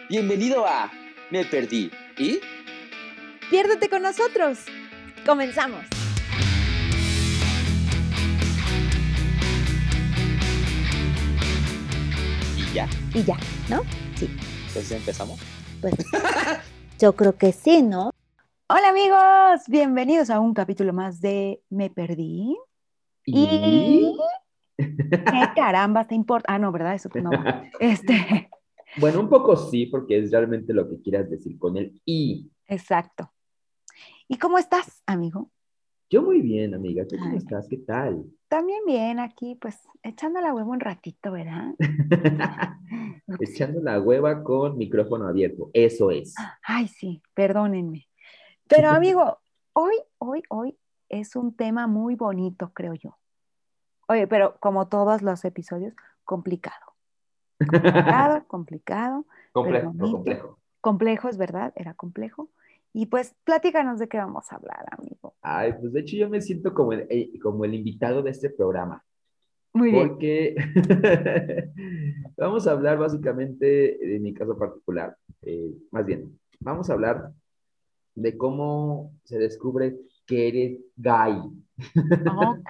Bienvenido a Me Perdí. ¿Y? Piérdete con nosotros. Comenzamos. Y ya. Y ya, ¿no? Sí. Entonces empezamos. Pues yo creo que sí, ¿no? Hola amigos, bienvenidos a un capítulo más de Me Perdí. ¿Y? ¿Qué caramba te importa? Ah, no, ¿verdad? Eso no va. Bueno, un poco sí, porque es realmente lo que quieras decir con el y. Exacto. ¿Y cómo estás, amigo? Yo muy bien, amiga. ¿Tú cómo Ay, estás? ¿Qué tal? también bien aquí, pues echando la huevo un ratito, ¿verdad? Upsi. Echando la hueva con micrófono abierto. Eso es. Ay, sí, perdónenme. Pero amigo, hoy es un tema muy bonito, creo yo. Oye, pero como todos los episodios, complicado. Complicado, pero Complejo, bonito. complejo. Complejo, es verdad, era complejo. Y pues platícanos de qué vamos a hablar, amigo. Ay, pues de hecho yo me siento como el invitado de este programa, Muy bien. porque vamos a hablar básicamente de mi caso particular. Más bien, vamos a hablar de cómo se descubre que eres gay. Ok.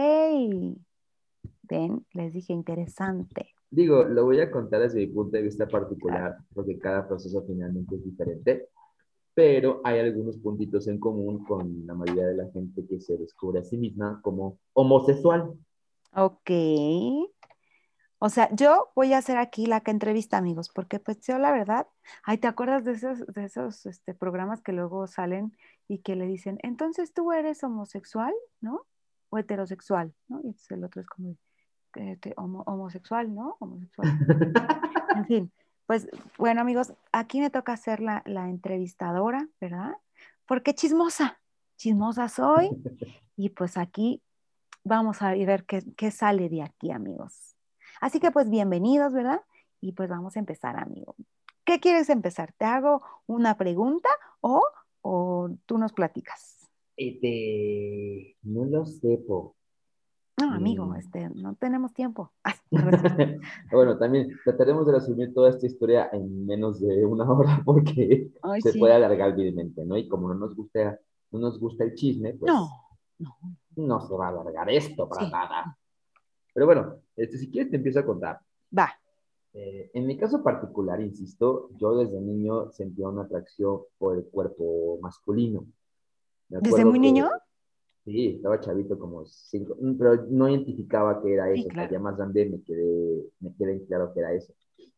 Ven, les dije interesante. Digo, lo voy a contar desde mi punto de vista Claro. particular, porque cada proceso finalmente es diferente, pero hay algunos puntitos en común con la mayoría de la gente que se descubre a sí misma como homosexual. Ok. O sea, yo voy a hacer aquí la que entrevista, amigos, porque pues yo la verdad, ay, ¿te acuerdas de esos programas que luego salen y que le dicen, entonces tú eres homosexual, ¿no? O heterosexual, ¿no? Y entonces el otro es como, homosexual, ¿no? Homosexual. En fin, pues bueno, amigos, aquí me toca ser la entrevistadora, ¿verdad? Porque chismosa soy, y pues aquí vamos a ver qué sale de aquí, amigos. Así que pues bienvenidos, ¿verdad? Y pues vamos a empezar, amigo. ¿Qué quieres empezar? ¿Te hago una pregunta o tú nos platicas? No lo sé, po. No, amigo, Mm. no tenemos tiempo. Ay, no es cierto. Bueno, también trataremos de resumir toda esta historia en menos de una hora porque Ay, se puede sí. alargar vilmente, ¿no? Y como no nos gusta el chisme, pues No, no, no se va a alargar esto para sí, nada. Pero bueno, si quieres te empiezo a contar. va. En mi caso particular, insisto, yo desde niño sentía una atracción por el cuerpo masculino. Me ¿Desde muy acuerdo niño? que, sí, estaba chavito como 5, pero no identificaba que era Sí, eso. Hasta ya claro. más grande me quedé en claro que era eso.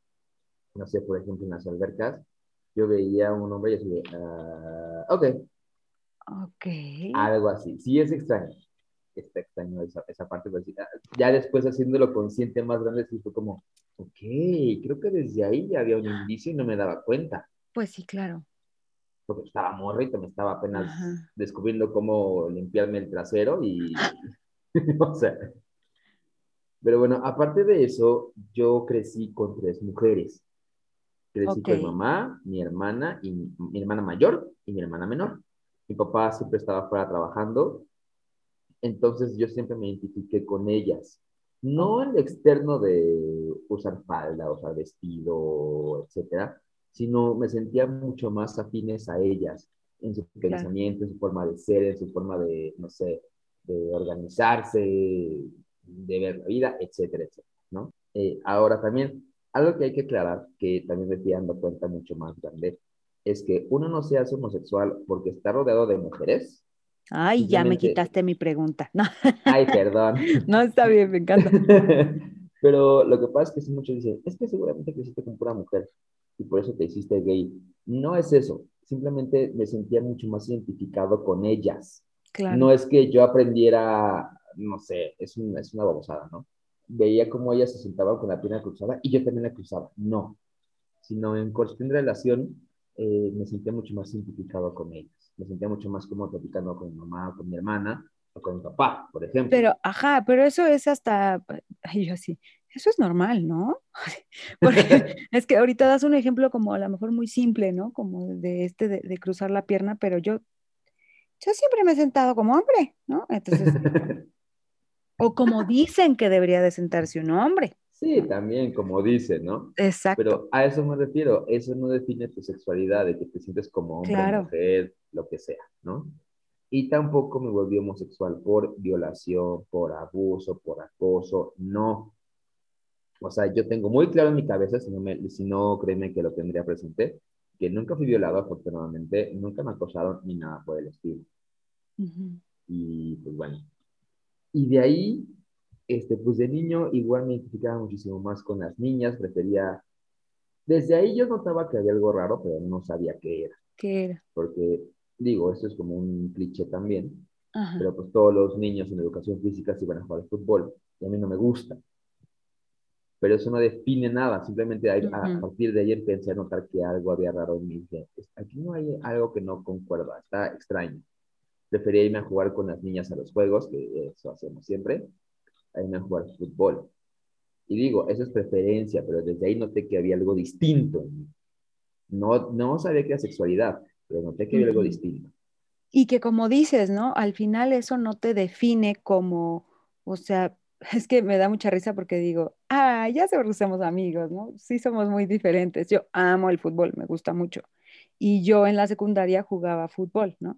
No sé, por ejemplo, en las albercas, yo veía a un hombre y así de, ok, Ok. algo así. Sí es extraño, está extraño esa parte, pero sí, ya después haciéndolo consciente más grande, sí fue como, ok, creo que desde ahí ya había un indicio y no me daba cuenta, Pues sí, claro. porque estaba morrito, me estaba apenas Ajá. descubriendo cómo limpiarme el trasero y, o sea, pero bueno, aparte de eso, yo crecí con 3 mujeres. Crecí Ok. con mi mamá, mi hermana, y mi hermana mayor y mi hermana menor. Mi papá siempre estaba fuera trabajando, entonces yo siempre me identifiqué con ellas. Oh, No en lo externo de usar falda, usar vestido, etcétera, sino me sentía mucho más afines a ellas en su claro. pensamiento, en su forma de ser, en su forma de, no sé, de organizarse, de ver la vida, etcétera, etcétera, ¿no? Ahora también, algo que hay que aclarar, que también me estoy dando cuenta mucho más grande, es que uno no se hace homosexual porque está rodeado de mujeres, Ay, ya me simplemente, quitaste mi pregunta. No, ay, perdón. no está bien, me encanta. Pero lo que pasa es que sí, muchos dicen, es que seguramente creciste con pura mujer y por eso te hiciste gay. No es eso, simplemente me sentía mucho más identificado con ellas. Claro. No es que yo aprendiera, no sé, es una babosada, ¿no? Veía cómo ellas se sentaban con la pierna cruzada y yo también la cruzaba. No, sino en cuestión de relación me sentía mucho más identificado con ellas. Me sentía mucho más como platicando con mi mamá, con mi hermana o con mi papá, por ejemplo. Pero, ajá, pero eso es hasta, ay, yo así, eso es normal, ¿no? Porque es que ahorita das un ejemplo como a lo mejor muy simple, ¿no? Como de cruzar la pierna, pero yo siempre me he sentado como hombre, ¿no? Entonces, o como dicen que debería de sentarse un hombre. Sí, también, como dicen, ¿no? Exacto, Pero a eso me refiero, eso no define tu sexualidad, de que te sientes como hombre, claro. mujer, lo que sea, ¿no? Y tampoco me volví homosexual por violación, por abuso, por acoso, no. O sea, yo tengo muy claro en mi cabeza, si no créeme que lo tendría presente, que nunca fui violado, afortunadamente, nunca me acosaron ni nada por el estilo. Ujú, Y pues bueno, y de ahí, pues de niño igual me identificaba muchísimo más con las niñas, prefería, desde ahí yo notaba que había algo raro, pero no sabía qué era, ¿qué era? porque digo, esto es como un cliché también, Ajá. pero pues todos los niños en educación física se van a jugar al fútbol, y a mí no me gusta, pero eso no define nada, simplemente a Ujú, partir de ayer empecé a notar que algo había raro en mí, dije, aquí no hay algo que no concuerda, está extraño. Prefería irme a jugar con las niñas a los juegos, que eso hacemos siempre, a irme a jugar fútbol. Y digo, eso es preferencia, pero desde ahí noté que había algo distinto en mí. No, no sabía que era sexualidad, pero noté que había algo ujú. distinto. Y que como dices, ¿no? Al final eso no te define como, o sea, es que me da mucha risa porque digo, ah, ya seguro que somos amigos, ¿no? Sí somos muy diferentes. Yo amo el fútbol, me gusta mucho. Y yo en la secundaria jugaba fútbol, ¿no?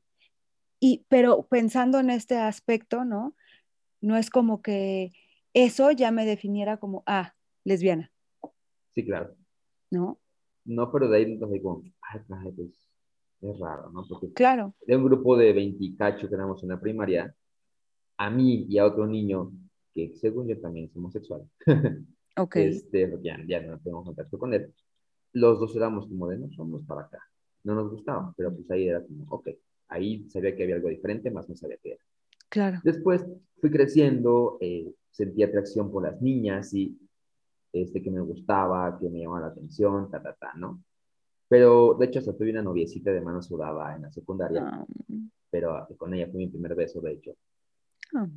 Pero pensando en este aspecto, ¿no? No es como que eso ya me definiera como, ah, lesbiana, Sí, claro. ¿no? No, pero de ahí entonces como, ay, pues es raro, ¿no? Porque Claro, de un grupo de 20 cacho que éramos en la primaria, a mí y a otro niño, que según yo también es homosexual, ok, ya no tengo contacto con él, los dos éramos como de, no somos para acá, no nos gustaba, pero pues ahí era como, ok, ahí sabía que había algo diferente, más no sabía qué era. claro. Después fui creciendo, sentí atracción por las niñas y que me gustaba, que me llamaba la atención, ¿no? Pero de hecho hasta tuve una noviecita de mano sudada en la secundaria, Ah, pero con ella fue mi primer beso, de hecho. ah,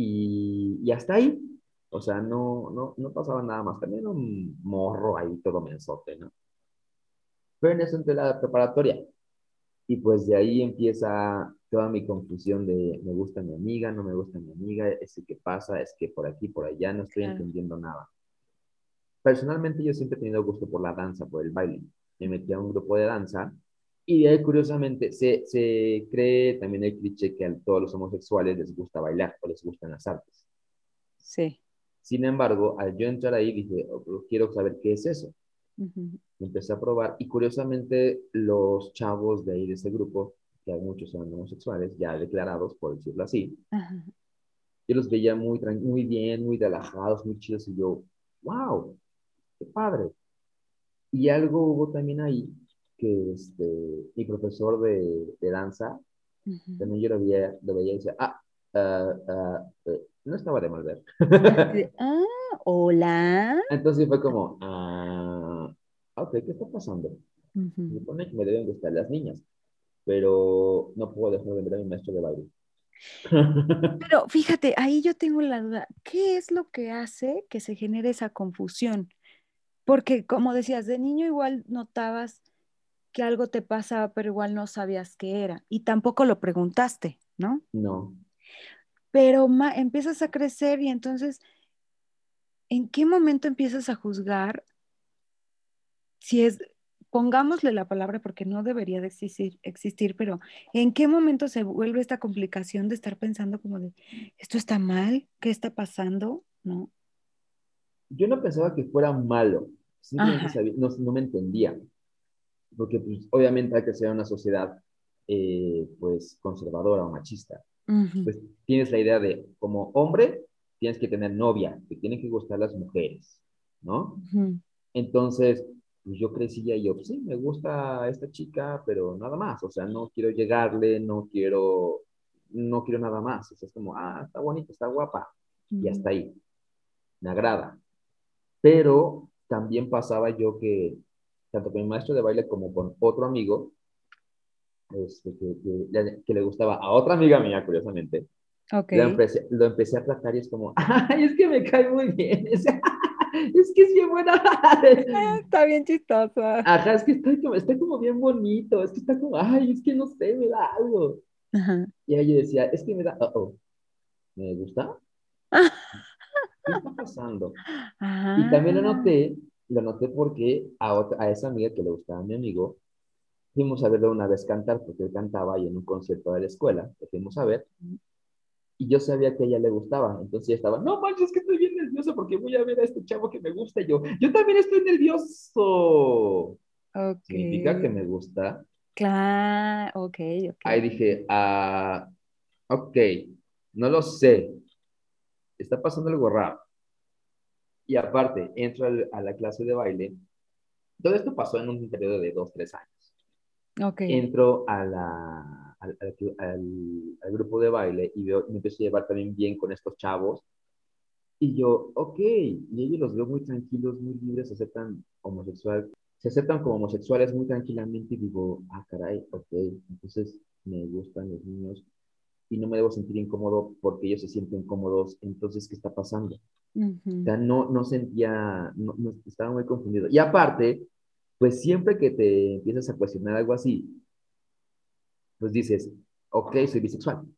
Y hasta ahí, o sea, no pasaba nada más. También era un morro ahí todo mensote, ¿no? Pero en eso entré a la preparatoria. Y pues de ahí empieza toda mi confusión de me gusta mi amiga, no me gusta mi amiga, es que pasa, es que por aquí, por allá, no estoy claro. entendiendo nada. Personalmente yo siempre he tenido gusto por la danza, por el baile. Me metí a un grupo de danza y de ahí curiosamente se cree también el cliché que a todos los homosexuales les gusta bailar o les gustan las artes. Sí. Sin embargo, al yo entrar ahí dije, "Oh, quiero saber qué es eso". Ujú, Empecé a probar y curiosamente los chavos de ahí de ese grupo, que hay muchos son homosexuales, ya declarados, por decirlo así, ajá. yo los veía muy bien, muy relajados, muy chidos y yo, wow, qué padre. Y algo hubo también ahí que mi profesor de danza, Ujú. también yo lo veía y decía, no estaba de mal ver. Así de, ah, hola. Entonces fue como, ok, ¿qué está pasando? Se Ujú. supone que me deben gustar las niñas, pero no puedo dejar de ver a mi maestro de baile. Pero fíjate, ahí yo tengo la duda, ¿qué es lo que hace que se genere esa confusión? Porque como decías, de niño igual notabas que algo te pasaba, pero igual no sabías qué era y tampoco lo preguntaste, ¿no? No, Pero empiezas a crecer y entonces, ¿en qué momento empiezas a juzgar si es, pongámosle la palabra porque no debería de existir, pero ¿en qué momento se vuelve esta complicación de estar pensando como de, esto está mal, ¿qué está pasando? ¿No? yo no pensaba que fuera malo, simplemente Ajá. no me entendía, porque pues, obviamente hay que ser una sociedad pues conservadora o machista. Ujú, Pues tienes la idea de, como hombre, tienes que tener novia, te tienen que gustar las mujeres, ¿no? ujú, Entonces, pues yo crecí y yo, pues sí, me gusta esta chica, pero nada más, o sea, no quiero llegarle, no quiero nada más, o sea, es como, está bonita, está guapa, y ujú. hasta ahí, me agrada. Pero también pasaba yo que, tanto con mi maestro de baile como con otro amigo, que le gustaba a otra amiga mía, curiosamente, Ok. lo empecé a tratar y es como, ay, es que me cae muy bien, es que es bien buena. Está bien chistosa. Ajá, es que está como bien bonito, es que está como, ay, es que no sé, me da algo. Ajá. Y ahí yo decía, es que me da, ¿me gusta? ¿qué está pasando? Y Ah, también lo noté porque a esa amiga que le gustaba a mi amigo, fuimos a verlo una vez cantar, porque él cantaba y en un concierto de la escuela, que fuimos a ver, y yo sabía que a ella le gustaba, entonces ella estaba, no manches, que estoy bien nerviosa porque voy a ver a este chavo que me gusta, y yo también estoy nervioso. ok. Significa que me gusta. Claro, ok, ok. Ahí dije, ok, no lo sé, está pasando algo raro. Y aparte, entro a la clase de baile. Todo esto pasó en un periodo de 2, 3 años. Ok. Entro al grupo de baile y me empiezo a llevar también bien con estos chavos. Y yo, ok, y ellos los veo muy tranquilos, muy libres, se aceptan como homosexuales muy tranquilamente y digo, caray, ok, entonces me gustan los niños y no me debo sentir incómodo porque ellos se sienten cómodos, entonces, ¿qué está pasando? O Ujú. sea, no sentía, estaba muy confundido. Y aparte, pues siempre que te empiezas a cuestionar algo así, pues dices, ok, soy bisexual.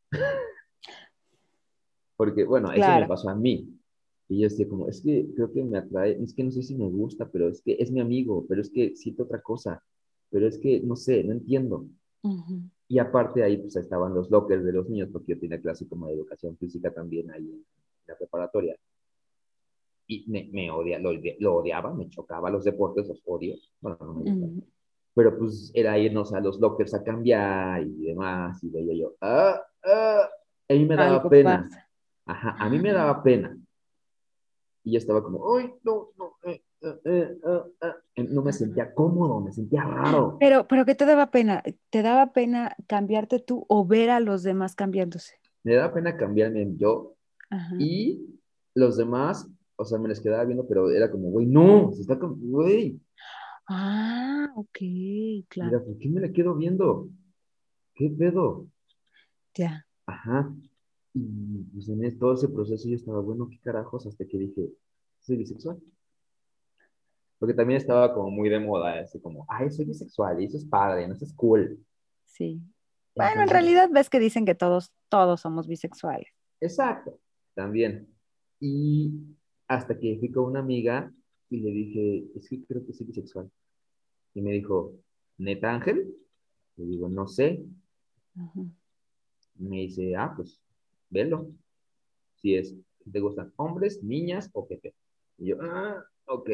Porque, bueno, eso me Claro. pasó a mí. Y yo estoy como, es que creo que me atrae, es que no sé si me gusta, pero es que es mi amigo, pero es que siento otra cosa, pero es que no sé, no entiendo. Ujú. Y aparte ahí pues estaban los lockers de los niños, porque yo tenía clase como de educación física también ahí en la preparatoria. Y lo odiaba, me chocaba los deportes, los odio, bueno, no me gustan. Ujú. Pero pues era irnos a los lockers a cambiar y demás, y veía yo, a mí me daba Algo pena, pasa. ajá, a mí me daba pena. Y yo estaba como, ay, no, no, no me Ajá. sentía cómodo, me sentía raro. Pero ¿qué te daba pena? ¿Te daba pena cambiarte tú o ver a los demás cambiándose? Me daba pena cambiarme en yo Ajá. y los demás, o sea, me les quedaba viendo, pero era como, güey, no, se está como, güey. Ah, ok, Mira, claro. ¿por qué me la quedo viendo? ¿Qué pedo? Ya. Ajá. Y pues en todo ese proceso yo estaba, bueno, ¿qué carajos? Hasta que dije, soy bisexual. Porque también estaba como muy de moda, así como, ay, soy bisexual, y eso es padre, no, eso es cool. Sí. Bueno, en Entonces, realidad ves que dicen que todos somos bisexuales. exacto, también. Y hasta que fui con una amiga y le dije, es que creo que soy bisexual. Y me dijo, ¿neta, Ángel? Le digo, no sé. Ajá. Me dice, pues, velo. Si te gustan hombres, niñas o Pepe. Y yo, ok.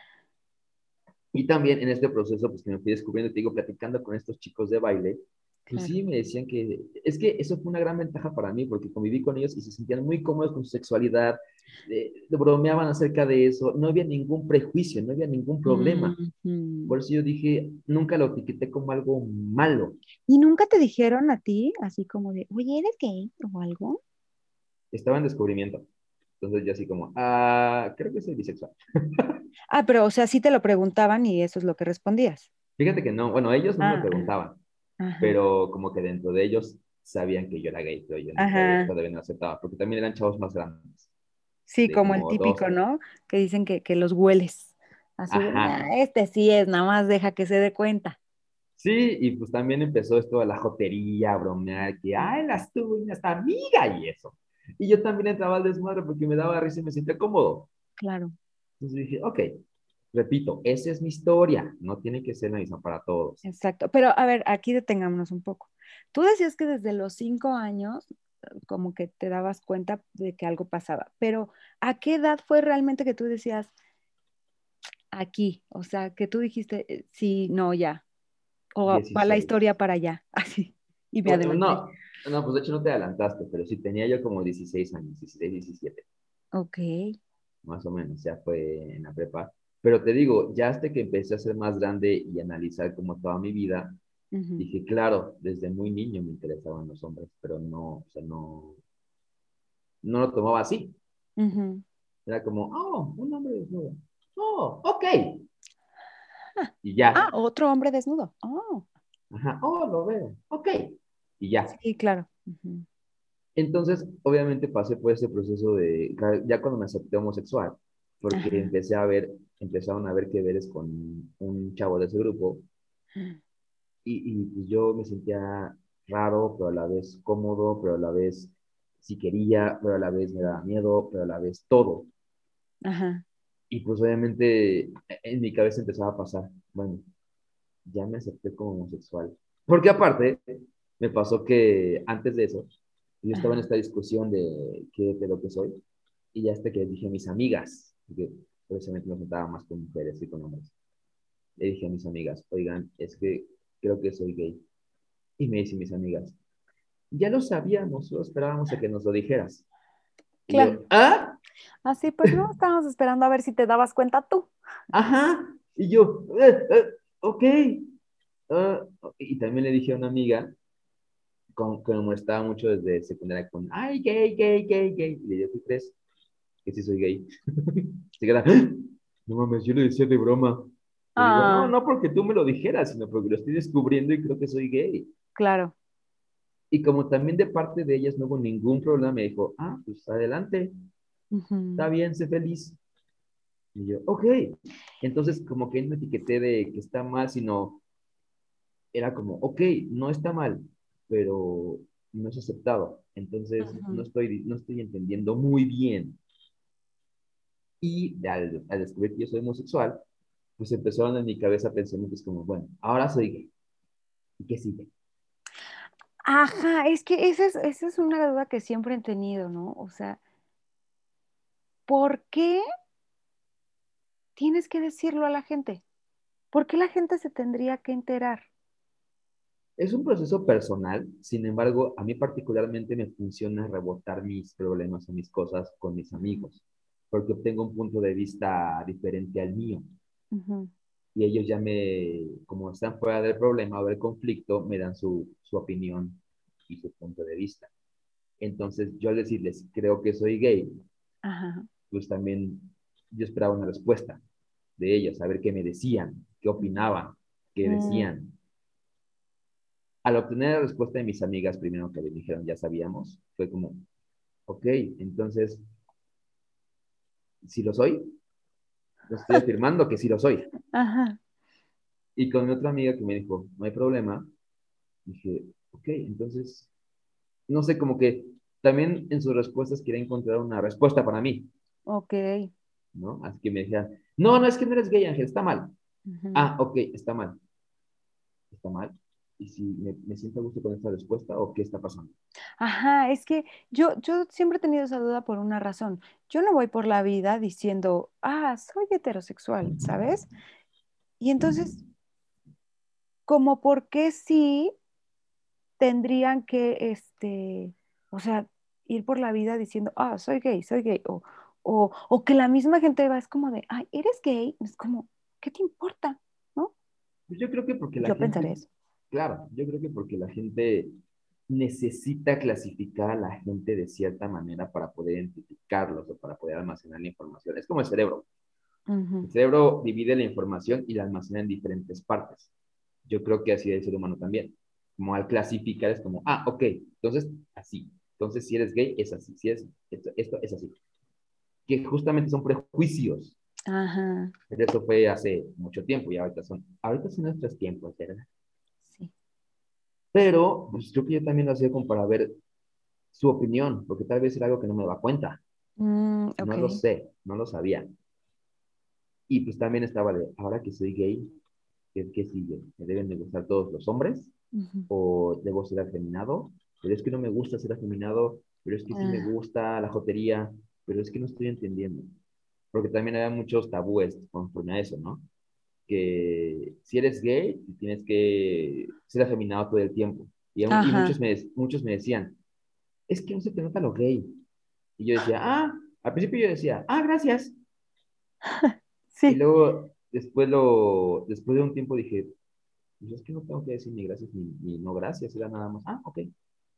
Y también en este proceso, pues que me fui descubriendo, te digo, platicando con estos chicos de baile, pues Claro. sí, me decían es que eso fue una gran ventaja para mí, porque conviví con ellos y se sentían muy cómodos con su sexualidad, bromeaban acerca de eso, no había ningún prejuicio, no había ningún problema. Ujú. Por eso yo dije, nunca lo etiqueté como algo malo. ¿Y nunca te dijeron a ti, así como de, oye, ¿eres gay o algo? Estaba en descubrimiento. Entonces yo así como, creo que soy bisexual. Ah, pero o sea, sí te lo preguntaban y eso es lo que respondías. Fíjate que no, bueno, ellos no me preguntaban, Ajá, pero como que dentro de ellos sabían que yo era gay, pero yo ajá. todavía no aceptaba, porque también eran chavos más grandes, Sí, de como el como típico, dos, ¿no? Que dicen que los hueles. Así de, ajá. "Nah, este sí es, nada más deja que se dé cuenta." Sí, y pues también empezó esto de la jotería, a bromear, que, las tuyas, esta amiga y eso. Y yo también entraba al desmadre porque me daba risa y me sentía cómodo. Claro, Entonces dije, ok, repito, esa es mi historia, no tiene que ser la misma para todos. exacto. Pero a ver, aquí detengámonos un poco. Tú decías que desde los 5 años, como que te dabas cuenta de que algo pasaba, pero ¿a qué edad fue realmente que tú decías aquí? O sea, que tú dijiste, sí, no, ya, o va la 16. historia para allá, así, y me adelanté. No, pues de hecho no te adelantaste, pero sí tenía yo como 16 años, 16, 17, Ok. más o menos, ya fue en la prepa. Pero te digo, ya hasta que empecé a ser más grande y analizar como toda mi vida, Ujú, dije, claro, desde muy niño me interesaban los hombres, pero no, o sea, no lo tomaba así. ujú. Era como, un hombre desnudo. Ok. Y Ah, ya. otro hombre desnudo. Oh, Ajá, lo veo. Ok. Y ya. sí, claro. Ujú. Entonces, obviamente pasé por ese proceso ya cuando me acepté homosexual, porque Ajá. empezaron a ver que veres con un chavo de ese grupo, y pues yo me sentía raro, pero a la vez cómodo, pero a la vez sí quería, pero a la vez me daba miedo, pero a la vez todo. Ajá. Y pues obviamente en mi cabeza empezaba a pasar, bueno, ya me acepté como homosexual. Porque aparte, me pasó que antes de eso, yo estaba en Ajá. esta discusión de lo que soy, y ya hasta que les dije a mis amigas, porque precisamente me juntaba más con mujeres y con hombres, le dije a mis amigas, oigan, es que creo que soy gay. Y me dicen mis amigas, ya lo sabíamos, solo esperábamos a que nos lo dijeras. Y Claro. yo, ¿ah? Así pues no, estábamos esperando a ver si te dabas cuenta tú. Ajá. Y yo, ok. Y también le dije a una amiga, que me molestaba mucho desde secundaria, con, ay, gay, gay, gay, gay. Y le dije, ¿qué crees? Que sí soy gay. Se queda, "Ah, no mames, yo lo decía de broma. Le digo, no, Ah, no porque tú me lo dijeras, sino porque lo estoy descubriendo y creo que soy gay. claro. Y como también de parte de ellas no hubo ningún problema, me dijo, ah, pues adelante, está Ujú. bien, sé feliz. Y yo, ok. Entonces, como que no me etiqueté de que está mal, sino era como, ok, no está mal, pero no es aceptado. Entonces, Ujú. no estoy entendiendo muy bien. Y al descubrir que yo soy homosexual, pues empezaron en mi cabeza pensamientos como, bueno, ahora soy gay. ¿Y qué sigue? Ajá, es que esa es una duda que siempre he tenido, ¿no? O sea, ¿por qué tienes que decirlo a la gente? ¿Por qué la gente se tendría que enterar? Es un proceso personal, sin embargo, a mí particularmente me funciona rebotar mis problemas o mis cosas con mis Ujú. amigos, porque tengo un punto de vista diferente al mío. Ujú. Y ellos ya como están fuera del problema o del conflicto, me dan su opinión y su punto de vista. Entonces, yo al decirles, creo que soy gay, Ajá. pues también yo esperaba una respuesta de ellos, a ver qué me decían, qué opinaban, qué Mm, decían. Al obtener la respuesta de mis amigas, primero que me dijeron, ya sabíamos, fue como, ok, entonces, si lo soy, lo estoy afirmando que sí lo soy. ajá. Y con mi otra amiga que me dijo, no hay problema, dije, ok, entonces, no sé, como que también en sus respuestas quería encontrar una respuesta para mí, Ok. ¿no? Así que me decían, no, no es que no eres gay, Ángel, está mal. Ujú. Ah, ok, está mal, está mal. ¿Y si me siento a gusto con esta respuesta o qué está pasando? Ajá, es que yo siempre he tenido esa duda por una razón. Yo no voy por la vida diciendo, ah, soy heterosexual, ¿sabes? Y entonces, como por qué sí tendrían que, o sea, ir por la vida diciendo, ah, soy gay, o que la misma gente va, es como de, ay, ¿eres gay? Es como, ¿qué te importa? ¿No? Pues yo creo que porque la Yo pensaré gente, eso. claro, yo creo que porque la gente necesita clasificar a la gente de cierta manera para poder identificarlos o para poder almacenar la información. Es como el cerebro. Ujú. El cerebro divide la información y la almacena en diferentes partes. Yo creo que así es el ser humano también. Como al clasificar es como, ah, ok, entonces así. Entonces si eres gay es así, si es esto es así. Que justamente son prejuicios. Ajá, Pero eso fue hace mucho tiempo y ahorita son nuestros tiempos, ¿verdad? sí. Pero pues, creo que yo también lo hacía como para ver su opinión, porque tal vez era algo que no me daba cuenta. Mm, No ok. lo sé, no lo sabía. Y pues también estaba de, ahora que soy gay, ¿qué sigue? ¿Me deben de gustar todos los hombres? Ujú. ¿O debo ser afeminado? Pero es que no me gusta ser afeminado, pero es que sí me Ah, gusta la jotería, pero es que no estoy entendiendo. Porque también había muchos tabúes conforme a eso, ¿no? Que si eres gay, tienes que ser afeminado todo el tiempo. Y ajá, muchos me decían, es que no se te nota lo gay. Y yo decía, ah, al principio yo decía, ah, gracias. Y sí. luego, después de un tiempo dije, pues es que no tengo que decir ni gracias ni no gracias, era nada más, ah, ok.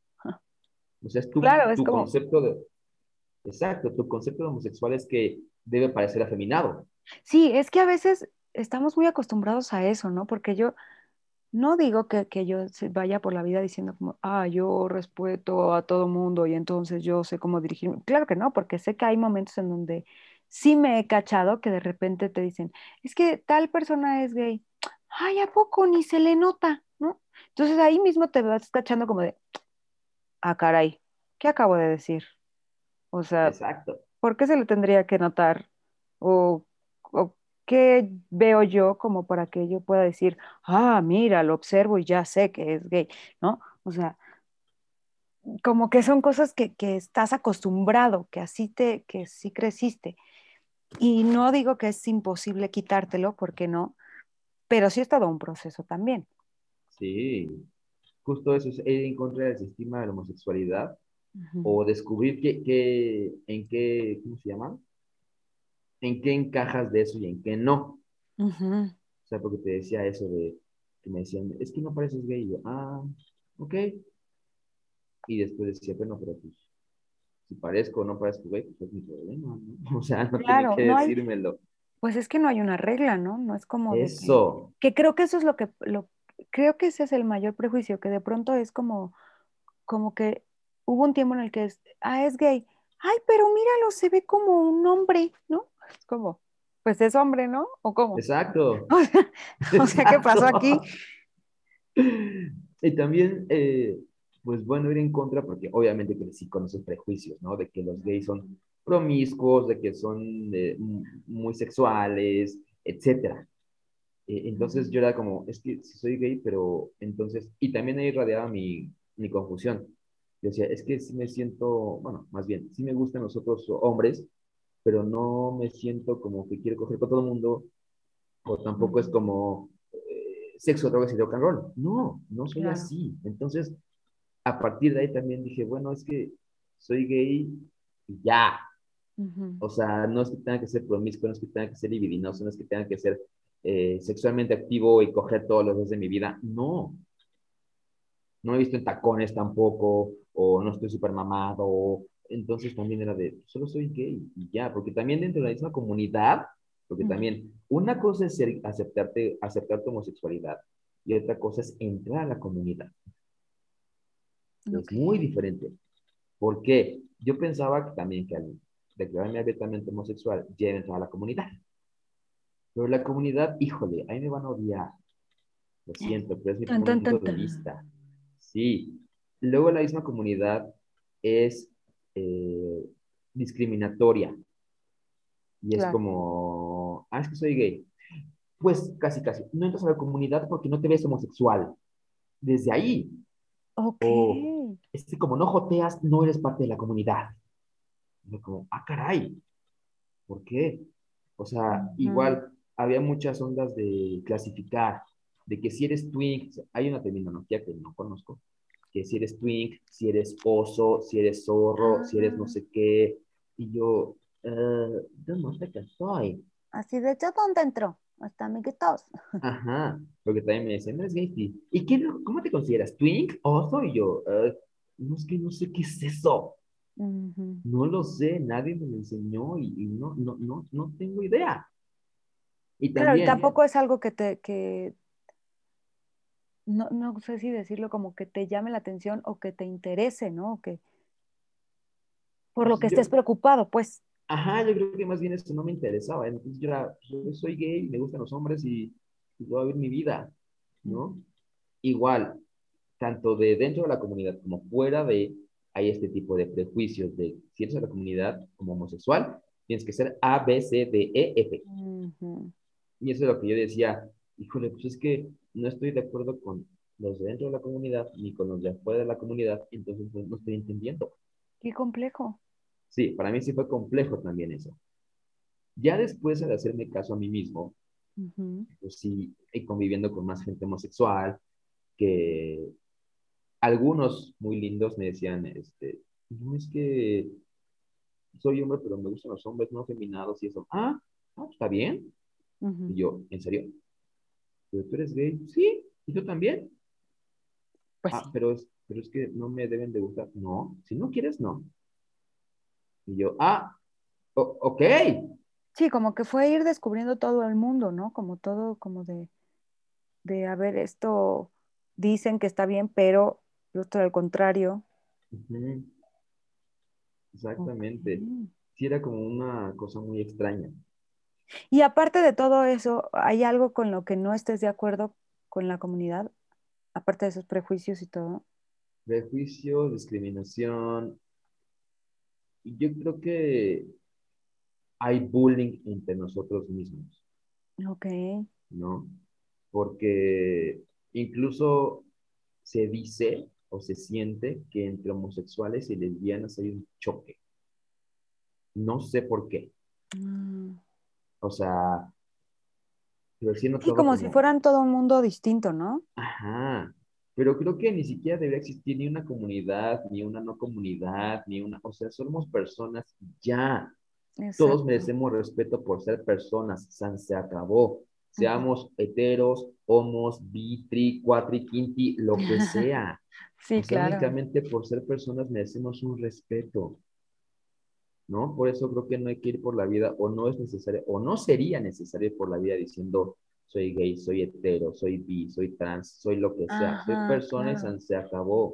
O sea, es Claro, es tu como, concepto exacto, tu concepto de homosexual es que debe parecer afeminado. sí, es que a veces estamos muy acostumbrados a eso, ¿no? Porque yo no digo que yo vaya por la vida diciendo como, ah, yo respeto a todo mundo y entonces yo sé cómo dirigirme. Claro que no, porque sé que hay momentos en donde sí me he cachado que de repente te dicen, es que tal persona es gay. Ay, ¿a poco ni se le nota, ¿no? Entonces ahí mismo te vas cachando como de, ah, caray, ¿qué acabo de decir? O sea, Exacto. ¿por qué se le tendría que notar? o qué veo yo como para que yo pueda decir, ah, mira, lo observo y ya sé que es gay, ¿no? O sea, como que son cosas que estás acostumbrado, que sí creciste. Y no digo que es imposible quitártelo, porque no, pero sí es todo un proceso también. Sí, justo eso es ir en contra del sistema de la homosexualidad Ujú, o descubrir en qué, ¿cómo se llama? En qué encajas de eso y en qué no. ujú. O sea, porque te decía eso de que me decían, es que no pareces gay. Y yo, ah, ok. Y después decía, bueno, pero pues, si parezco o no parezco gay, pues es mi problema, ¿no? O sea, no tiene Claro, que no hay, decírmelo. pues es que no hay una regla, ¿no? No es como de Eso, que creo que eso es creo que ese es el mayor prejuicio, que de pronto es como que hubo un tiempo en el que es gay. Ay, pero míralo, se ve como un hombre, ¿no? Es como, pues es hombre, ¿no? ¿O cómo? exacto, O sea, ¿qué pasó aquí? exacto. Y también, pues bueno, ir en contra, porque obviamente crecí con esos prejuicios, ¿no? De que los gays son promiscuos, de que son muy sexuales, etcétera. Entonces yo era como, es que si soy gay, pero entonces, y también ahí radiaba mi confusión. Yo decía, es que sí me siento, bueno, más bien, sí me gustan los otros hombres, pero no me siento como que quiero coger con todo el mundo, o tampoco es Ujú, como sexo, drogas y rock and roll. No, no soy claro. así. Entonces, a partir de ahí también dije, bueno, es que soy gay y ya. Ujú, O sea, no es que tenga que ser promiscuo, no es que tenga que ser libidinoso, no es que tenga que ser sexualmente activo y coger todos los días de mi vida. No, no he visto en tacones tampoco, o no estoy súper mamado. Entonces también era de, solo soy gay y ya, porque también dentro de la misma comunidad, porque ujú. también una cosa es aceptar tu homosexualidad y otra cosa es entrar a la comunidad. Es Ok. muy diferente. ¿Por qué? Yo pensaba que también que al declararme abiertamente homosexual ya iba a entrar a la comunidad. Pero la comunidad, híjole, ahí me van a odiar. Lo siento, pero es mi Tan, tan, punto tan, de tan. vista. Sí. Luego la misma comunidad es discriminatoria y es Claro. como, ah, es que soy gay. Pues casi, casi. No entras a la comunidad porque no te ves homosexual. Desde ahí. Ok. O es que como no joteas, no eres parte de la comunidad. Y yo como, ah, caray, ¿por qué? O sea, Ujú. igual había muchas ondas de clasificar, de que si eres twink, hay una terminología que no conozco, que si eres twink, si eres oso, si eres zorro, si eres no Ah, sé qué, y yo, yo no sé qué soy. así de hecho, ¿dónde entró? Hasta amiguitos. Ajá, porque también me decían, no eres gay, sí. ¿Y qué, cómo te consideras? ¿Twink? ¿Oso? Y yo, no es que no sé qué es eso. Ujú. No lo sé, nadie me lo enseñó y no tengo idea. Y Claro, y también, tampoco es algo que no sé si decirlo como que te llame la atención o que te interese, ¿no? O que por lo pues, que estés preocupado, pues. ajá, yo creo que más bien eso no me interesaba. Entonces yo era, pues, yo soy gay, me gustan los hombres y voy a vivir mi vida, ¿no? Ujú. Igual, tanto de dentro de la comunidad como fuera de, hay este tipo de prejuicios de si eres de la comunidad como homosexual, tienes que ser A, B, C, D, E, F. Ujú. Y eso es lo que yo decía, híjole, pues es que no estoy de acuerdo con los de dentro de la comunidad ni con los de afuera de la comunidad, entonces pues, no estoy entendiendo. Qué complejo. Sí, para mí sí fue complejo también eso. Ya después, al hacerme caso a mí mismo, Ujú. pues sí, y conviviendo con más gente homosexual, que algunos muy lindos me decían, no es que soy hombre, pero me gustan los hombres no feminados y eso. Está bien. Y Ujú. yo, ¿en serio? ¿Pero tú eres gay? Sí, ¿y tú también? Pues sí. Pero es que no me deben de gustar. No, si no quieres, no. Y yo, ok. Sí, como que fue ir descubriendo todo el mundo, ¿no? Como todo, como a ver, esto dicen que está bien, pero esto al contrario. Ujú, Ok. exactamente. Sí, era como una cosa muy extraña. Y aparte de todo eso, ¿hay algo con lo que no estés de acuerdo con la comunidad? Aparte de esos prejuicios y todo. Prejuicio, discriminación. Y yo creo que hay bullying entre nosotros mismos, Ok. ¿no? Porque incluso se dice o se siente que entre homosexuales y lesbianas hay un choque. No sé por qué. Mm. O sea, pero sí he Sí, notado como si como, fueran todo un mundo distinto, ¿no? ajá, pero creo que ni siquiera debería existir ni una comunidad, ni una no comunidad, ni una, o sea, somos personas ya. Todos Exacto. merecemos respeto por ser personas, san se acabó. Ujú. Seamos heteros, homos, bi, tri, cuatri, quinti, lo que sea. Sí, O sea, claro. únicamente por ser personas merecemos un respeto, ¿no? Por eso creo que no hay que ir por la vida, o no es necesario, o no sería necesario ir por la vida diciendo, soy gay, soy hetero, soy bi, soy trans, soy lo que sea. Soy Ajá, persona y claro. san se acabó.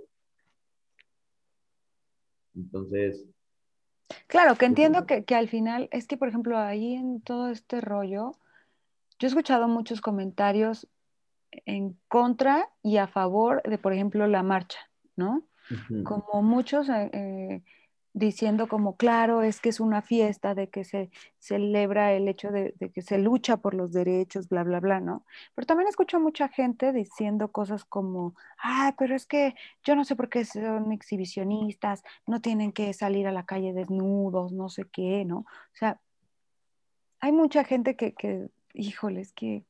Entonces, Claro, que yo entiendo siento, que al final es que, por ejemplo, ahí en todo este rollo, yo he escuchado muchos comentarios en contra y a favor de, por ejemplo, la marcha, ¿no? ujú, Como muchos diciendo como, claro, es que es una fiesta de que se celebra el hecho de que se lucha por los derechos, bla, bla, bla, ¿no? Pero también escucho a mucha gente diciendo cosas como, ah, pero es que yo no sé por qué son exhibicionistas, no tienen que salir a la calle desnudos, no sé qué, ¿no? O sea, hay mucha gente híjole, es que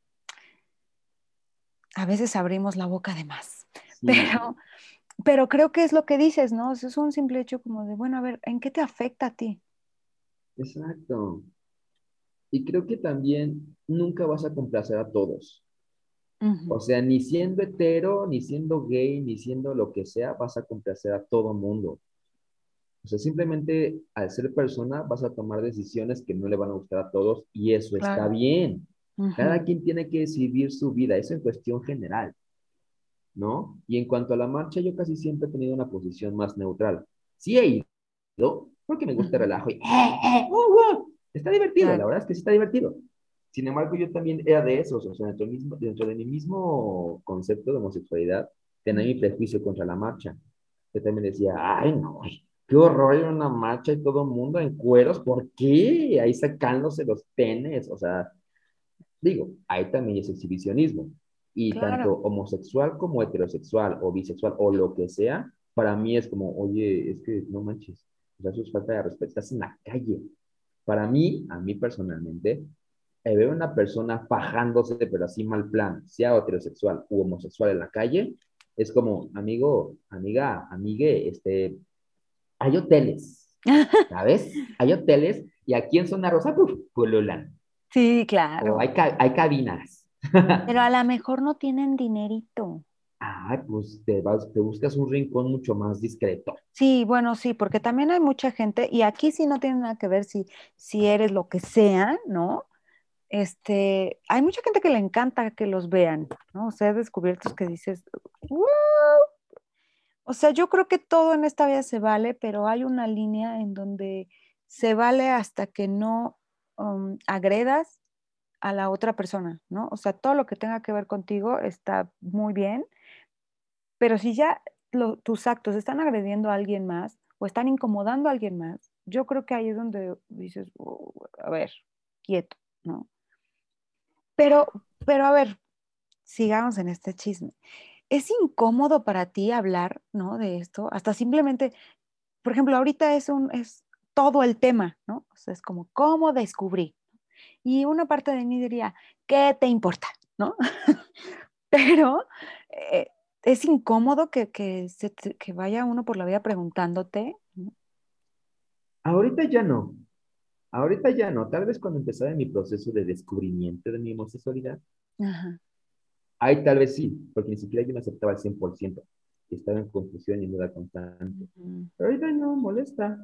a veces abrimos la boca de más, sí, pero, pero creo que es lo que dices, ¿no? Eso es un simple hecho como de, bueno, a ver, ¿en qué te afecta a ti? exacto. Y creo que también nunca vas a complacer a todos. Ujú, O sea, ni siendo hetero, ni siendo gay, ni siendo lo que sea, vas a complacer a todo mundo. O sea, simplemente al ser persona vas a tomar decisiones que no le van a gustar a todos y eso está claro. bien. Cada Ujú, quien tiene que decidir su vida, eso en cuestión general, ¿no? Y en cuanto a la marcha, yo casi siempre he tenido una posición más neutral. Sí he ido porque me gusta el ujú, relajo y está divertido, la claro. verdad es que sí está divertido. Sin embargo, yo también era de esos, o sea, dentro de mi mismo concepto de homosexualidad, tenía Ujú, mi prejuicio contra la marcha. Yo también decía, ay, no, qué horror ir a una marcha y todo el mundo en cueros, ¿por qué? Ahí sacándose los penes, o sea, digo, ahí también es exhibicionismo. Y tanto claro. homosexual como heterosexual o bisexual o lo que sea, para mí es como, oye, es que no manches, o sea, eso es falta de respeto, estás en la calle. Para mí, a mí personalmente, ver a una persona fajándose, pero así mal plan, sea heterosexual u homosexual en la calle, es como, amigo, amiga, amigue, hay hoteles, ¿sabes? Hay hoteles y aquí en Zona Rosa, pululan. Sí, O claro. hay cabinas. Pero a lo mejor no tienen dinerito. Ay, pues te buscas un rincón mucho más discreto. Sí, bueno, sí, porque también hay mucha gente, y aquí sí no tiene nada que ver si eres lo que sea, ¿no? Hay mucha gente que le encanta que los vean, ¿no? O sea, descubiertos que dices, "Wow". O sea, yo creo que todo en esta vida se vale, pero hay una línea en donde se vale hasta que no agredas a la otra persona, ¿no? O sea, todo lo que tenga que ver contigo está muy bien, pero si ya tus actos están agrediendo a alguien más o están incomodando a alguien más, yo creo que ahí es donde dices, a ver, quieto, ¿no? Pero, pero a ver, sigamos en este chisme. ¿Es incómodo para ti hablar, ¿no? De esto? Hasta simplemente, por ejemplo, ahorita es todo el tema, ¿no? O sea, es como, ¿cómo descubrí? Y una parte de mí diría, ¿qué te importa? ¿No? Pero eh, es incómodo que vaya uno por la vida preguntándote, ¿no? Ahorita ya no. Ahorita ya no. Tal vez cuando empezaba mi proceso de descubrimiento de mi homosexualidad, Ajá. ahí tal vez sí, porque ni siquiera yo me aceptaba al 100%. Estaba en confusión y en duda constante. Ujú. Pero ahorita no molesta.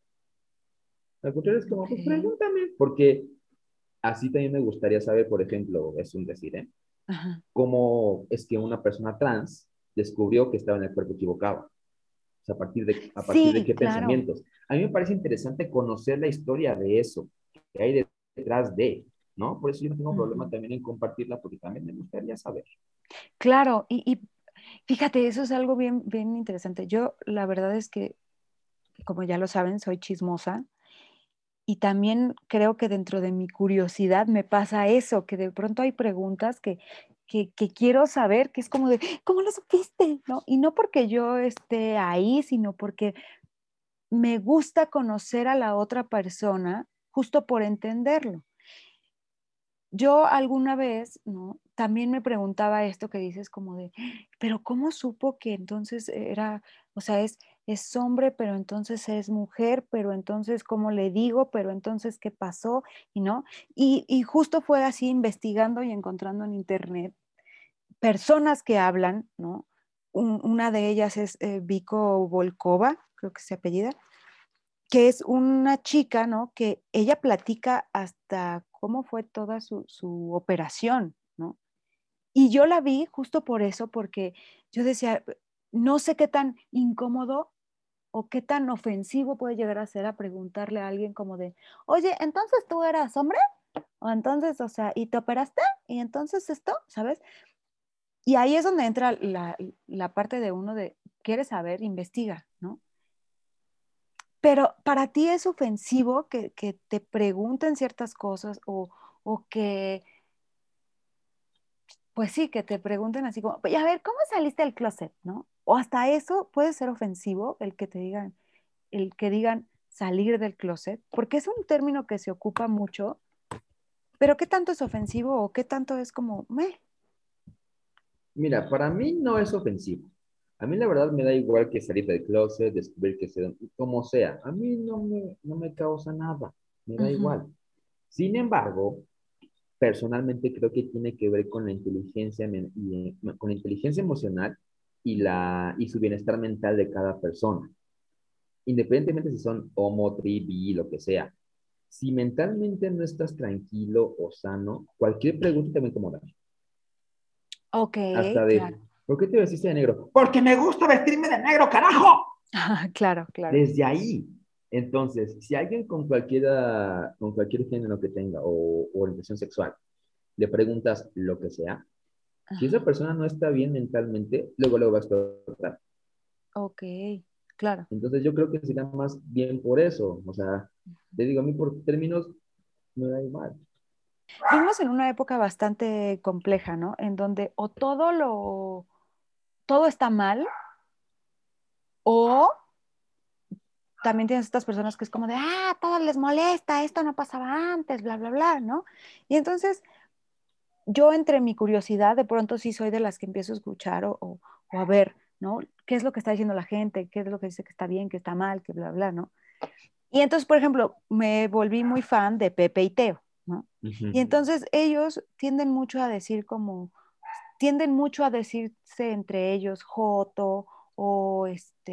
Al contrario, es como, Ok. pues pregúntame. Porque así también me gustaría saber, por ejemplo, es un decir, ¿eh? Ajá. Cómo es que una persona trans descubrió que estaba en el cuerpo equivocado. O sea, a partir de Sí, qué claro. pensamientos. A mí me parece interesante conocer la historia de eso, que hay detrás de, ¿no? Por eso yo no tengo problema Ujú. también en compartirla, porque también me gustaría saber. Claro, y fíjate, eso es algo bien, bien interesante. Yo, la verdad es que, como ya lo saben, soy chismosa Y también creo que dentro de mi curiosidad me pasa eso, que de pronto hay preguntas que quiero saber, que es como de, ¿cómo lo supiste? ¿No? Y no porque yo esté ahí, sino porque me gusta conocer a la otra persona justo por entenderlo. Yo alguna vez, ¿no? También me preguntaba esto que dices como de, pero ¿cómo supo que entonces era, o sea, es hombre, pero entonces es mujer, pero entonces, ¿cómo le digo? Pero entonces, ¿qué pasó? Y no. Y justo fue así investigando y encontrando en internet personas que hablan, ¿no? Una de ellas es Viko Volkova, creo que se apellida, que es una chica, ¿no? Que ella platica hasta cómo fue toda su operación, ¿no? Y yo la vi justo por eso, porque yo decía, no sé qué tan incómodo o qué tan ofensivo puede llegar a ser a preguntarle a alguien como de, oye, entonces tú eras hombre, o entonces, o sea, ¿y te operaste? Y entonces esto, ¿sabes? Y ahí es donde entra la parte de uno de, ¿quieres saber? Investiga, ¿no? Pero para ti es ofensivo que te pregunten ciertas cosas o que, pues sí, que te pregunten así como, "Oye, a ver, ¿cómo saliste del closet?", ¿no? O hasta eso puede ser ofensivo el que te digan, el que digan salir del closet, porque es un término que se ocupa mucho, pero ¿qué tanto es ofensivo o qué tanto es como, meh? Mira, para mí no es ofensivo. A mí la verdad me da igual que salir del closet, descubrir que sea como sea. A mí no me causa nada, me da Ujú. igual. Sin embargo, personalmente creo que tiene que ver con la inteligencia, con la inteligencia emocional y su bienestar mental de cada persona. Independientemente si son homo, tri, bi, lo que sea. Si mentalmente no estás tranquilo o sano, cualquier pregunta te va a incomodar. Ok, Hasta claro. de, ¿por qué te vestiste de negro? Porque me gusta vestirme de negro, carajo. Claro, claro. Desde ahí. Entonces, si alguien con cualquier género que tenga o orientación sexual, le preguntas lo que sea, si esa Ajá. persona no está bien mentalmente, luego va a explotar. Ok, claro. Entonces, yo creo que sería más bien por eso. O sea, te digo, a mí por términos me da igual. Vivimos en una época bastante compleja, ¿no? En donde o todo está mal, o también tienes estas personas que es como de, todo les molesta, esto no pasaba antes, bla, bla, bla, ¿no? Y entonces yo entre mi curiosidad, de pronto sí soy de las que empiezo a escuchar o a ver, ¿no? ¿Qué es lo que está diciendo la gente? ¿Qué es lo que dice que está bien, que está mal, que bla, bla, ¿no? Y entonces, por ejemplo, me volví muy fan de Pepe y Teo, ¿no? Y Ujú. entonces ellos tienden mucho a decirse entre ellos joto o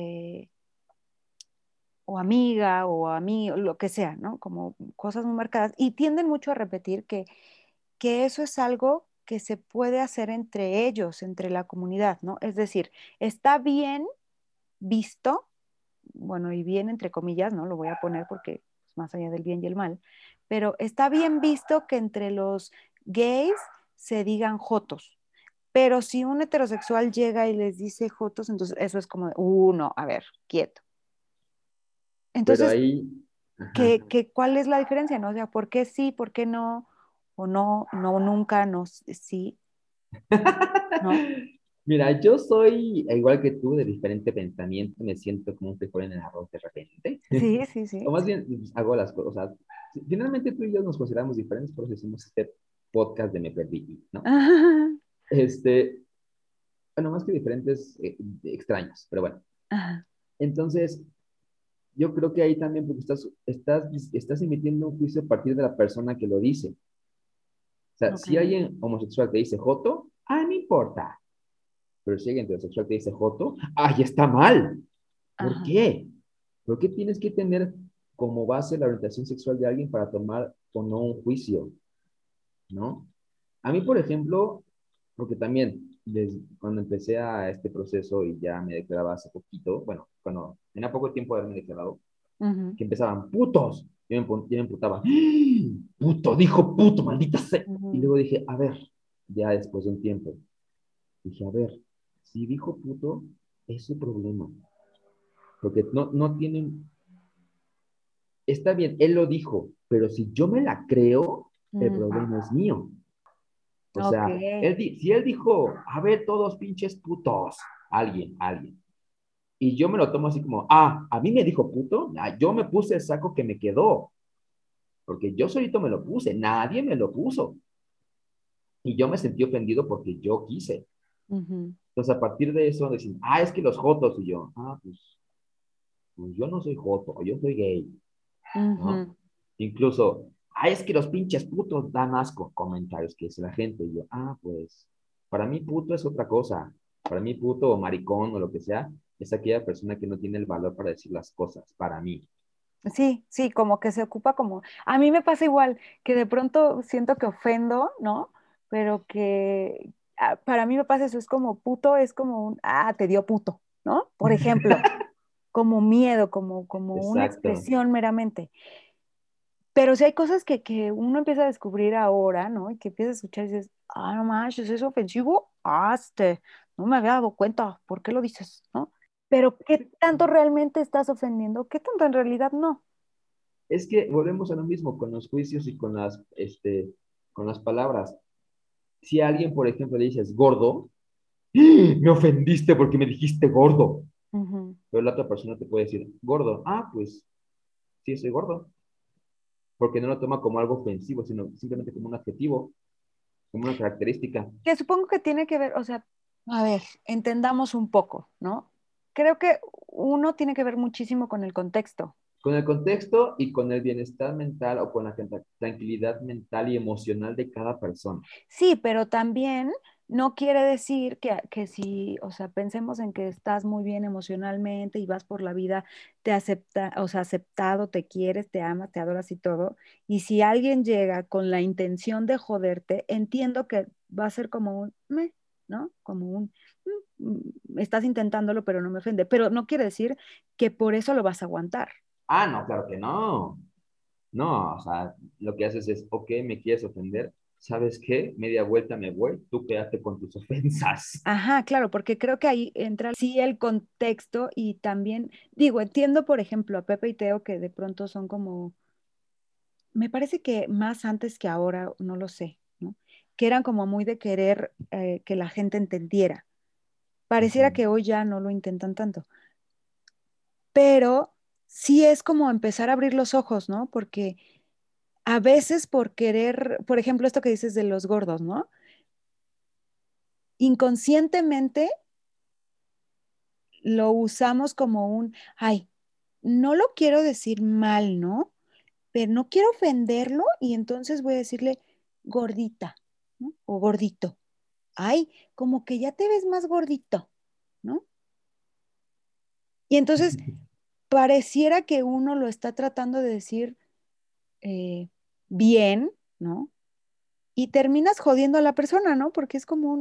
o amiga o a mí, o lo que sea, ¿no? Como cosas muy marcadas. Y tienden mucho a repetir que eso es algo que se puede hacer entre ellos, entre la comunidad, ¿no? Es decir, está bien visto, bueno, y bien entre comillas, ¿no? Lo voy a poner porque es más allá del bien y el mal, pero está bien visto que entre los gays se digan jotos. Pero si un heterosexual llega y les dice jotos, entonces eso es como, no, a ver, quieto. Pero Entonces, ahí, ajá. ¿cuál es la diferencia, no? O sea, ¿por qué sí, por qué no? O no, no, nunca, no, sí, ¿no? Mira, yo soy igual que tú, de diferente pensamiento, me siento como un frijol en el arroz de repente. Sí, sí, O sí. más bien, pues, hago las cosas. O sea, finalmente tú y yo nos consideramos diferentes, por eso hicimos este podcast de Me Perdí, ¿no? Este, bueno, más que diferentes, extraños, pero bueno. Ajá, Entonces, yo creo que ahí también, porque estás emitiendo un juicio a partir de la persona que lo dice. O sea, ok. si alguien homosexual te dice joto, no importa. Pero si alguien heterosexual te dice joto, ¡ay, está mal! ¿Por Ajá. qué? ¿Por qué tienes que tener como base la orientación sexual de alguien para tomar o no un juicio? ¿No? A mí, por ejemplo, porque también cuando empecé a este proceso y ya me declaraba hace poquito, bueno, cuando tenía poco tiempo de haberme declarado, Ujú, que empezaban, putos, yo me emputaba, ¡ah! Puto, dijo puto, maldita sea. Y ujú. luego dije, a ver, ya después de un tiempo, dije, a ver, si dijo puto, es su problema, porque no tienen está bien, él lo dijo, pero si yo me la creo, el Mm, problema es mío. O ok. sea, si él dijo, a ver, todos pinches putos, alguien, y yo me lo tomo así como, a mí me dijo puto, yo me puse el saco que me quedó, porque yo solito me lo puse, nadie me lo puso, y yo me sentí ofendido porque yo quise. Ujú, Entonces, a partir de eso, decir, es que los jotos, y yo, pues yo no soy joto, yo soy gay, ¿no? ujú. Incluso, es que los pinches putos dan asco, comentarios que dice la gente, y yo, pues, para mí puto es otra cosa, para mí puto o maricón o lo que sea, es aquella persona que no tiene el valor para decir las cosas, para mí. Sí, sí, como que se ocupa como, a mí me pasa igual, que de pronto siento que ofendo, ¿no? Pero que para mí me pasa eso, es como puto, es como un, te dio puto, ¿no? Por ejemplo, como miedo, como una Exacto. expresión meramente. Pero si hay cosas que uno empieza a descubrir ahora, ¿no? Y que empieza a escuchar y dices, no manches, ¿es ofensivo? No me había dado cuenta, ¿por qué lo dices? ¿No? Pero ¿qué tanto realmente estás ofendiendo? ¿Qué tanto en realidad no? Es que volvemos a lo mismo con los juicios y con las palabras. Si a alguien, por ejemplo, le dices gordo, me ofendiste porque me dijiste gordo. Ujú. Pero la otra persona te puede decir, gordo, pues sí, soy gordo. Porque no lo toma como algo ofensivo, sino simplemente como un adjetivo, como una característica. Que supongo que tiene que ver, o sea, a ver, entendamos un poco, ¿no? Creo que uno tiene que ver muchísimo con el contexto. Con el contexto y con el bienestar mental o con la tranquilidad mental y emocional de cada persona. Sí, pero también no quiere decir que si, o sea, pensemos en que estás muy bien emocionalmente y vas por la vida, te acepta, o sea, aceptado, te quieres, te amas, te adoras y todo. Y si alguien llega con la intención de joderte, entiendo que va a ser como un, ¿no? Como un, estás intentándolo, pero no me ofende. Pero no quiere decir que por eso lo vas a aguantar. No, claro que no. No, o sea, lo que haces es, ok, me quieres ofender, ¿sabes qué? Media vuelta me voy, tú quédate con tus ofensas. Ajá, claro, porque creo que ahí entra sí el contexto y también, digo, entiendo, por ejemplo, a Pepe y Teo que de pronto son como, me parece que más antes que ahora, no lo sé, ¿no? Que eran como muy de querer que la gente entendiera. Pareciera Ujú. que hoy ya no lo intentan tanto, pero sí es como empezar a abrir los ojos, ¿no? Porque a veces por querer, por ejemplo, esto que dices de los gordos, ¿no? Inconscientemente lo usamos como un, no lo quiero decir mal, ¿no? Pero no quiero ofenderlo y entonces voy a decirle gordita, ¿no? O gordito. Como que ya te ves más gordito, ¿no? Y entonces pareciera que uno lo está tratando de decir eh, bien, ¿no? Y terminas jodiendo a la persona, ¿no? Porque es como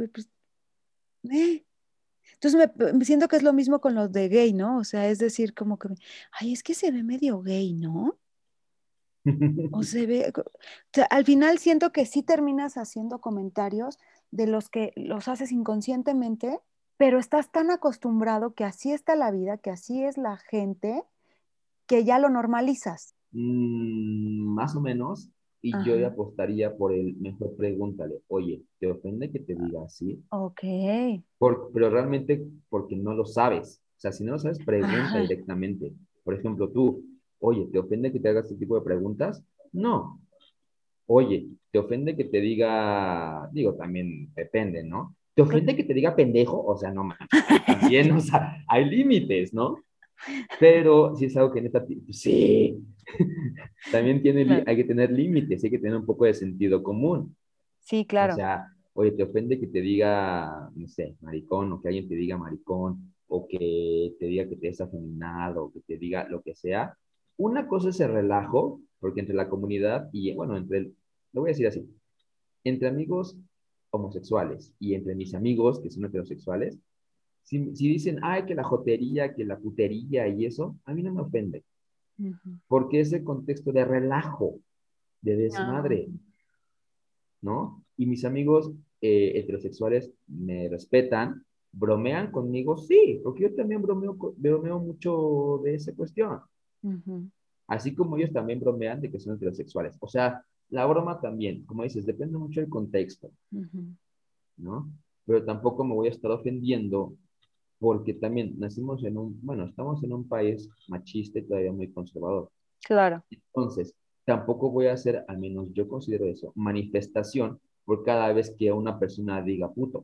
eh. Entonces me siento que es lo mismo con los de gay, ¿no? O sea, es decir, como que, es que se ve medio gay, ¿no? O se ve, o sea, al final siento que sí terminas haciendo comentarios de los que los haces inconscientemente, pero estás tan acostumbrado que así está la vida, que así es la gente, que ya lo normalizas. Más o menos, y yo ya Ajá. apostaría por el mejor pregúntale, oye, ¿te ofende que te diga así? Ok. Pero realmente porque no lo sabes. O sea, si no lo sabes, pregunta Ajá. directamente. Por ejemplo, tú, oye, ¿te ofende que te haga este tipo de preguntas? No. Oye, ¿te ofende que te diga, digo, también depende, ¿no? ¿Te ofende que te diga pendejo? O sea, no manches, ahí también, o sea, hay límites, ¿no? Pero si es algo que neta, pues sí, también Claro. hay que tener límites, hay que tener un poco de sentido común. Sí, O claro. sea, oye, ¿te ofende que te diga, no sé, maricón, o que alguien te diga maricón, o que te diga que te es afeminado, o que te diga lo que sea? Una cosa es el relajo, porque entre la comunidad y, bueno, lo voy a decir así, entre amigos homosexuales y entre mis amigos que son heterosexuales, si dicen, que la jotería, que la putería y eso, a mí no me ofende, Ujú. porque es el contexto de relajo, de Ah, desmadre, ¿no? Y mis amigos heterosexuales me respetan, bromean conmigo, sí, porque yo también bromeo mucho de esa cuestión. ujú. Así como ellos también bromean de que son heterosexuales. O sea, la broma también, como dices, depende mucho del contexto, Ujú. ¿no? Pero tampoco me voy a estar ofendiendo porque también nacimos en bueno, estamos en un país machista y todavía muy conservador. Claro. Entonces, tampoco voy a hacer, al menos yo considero eso, manifestación por cada vez que una persona diga puto,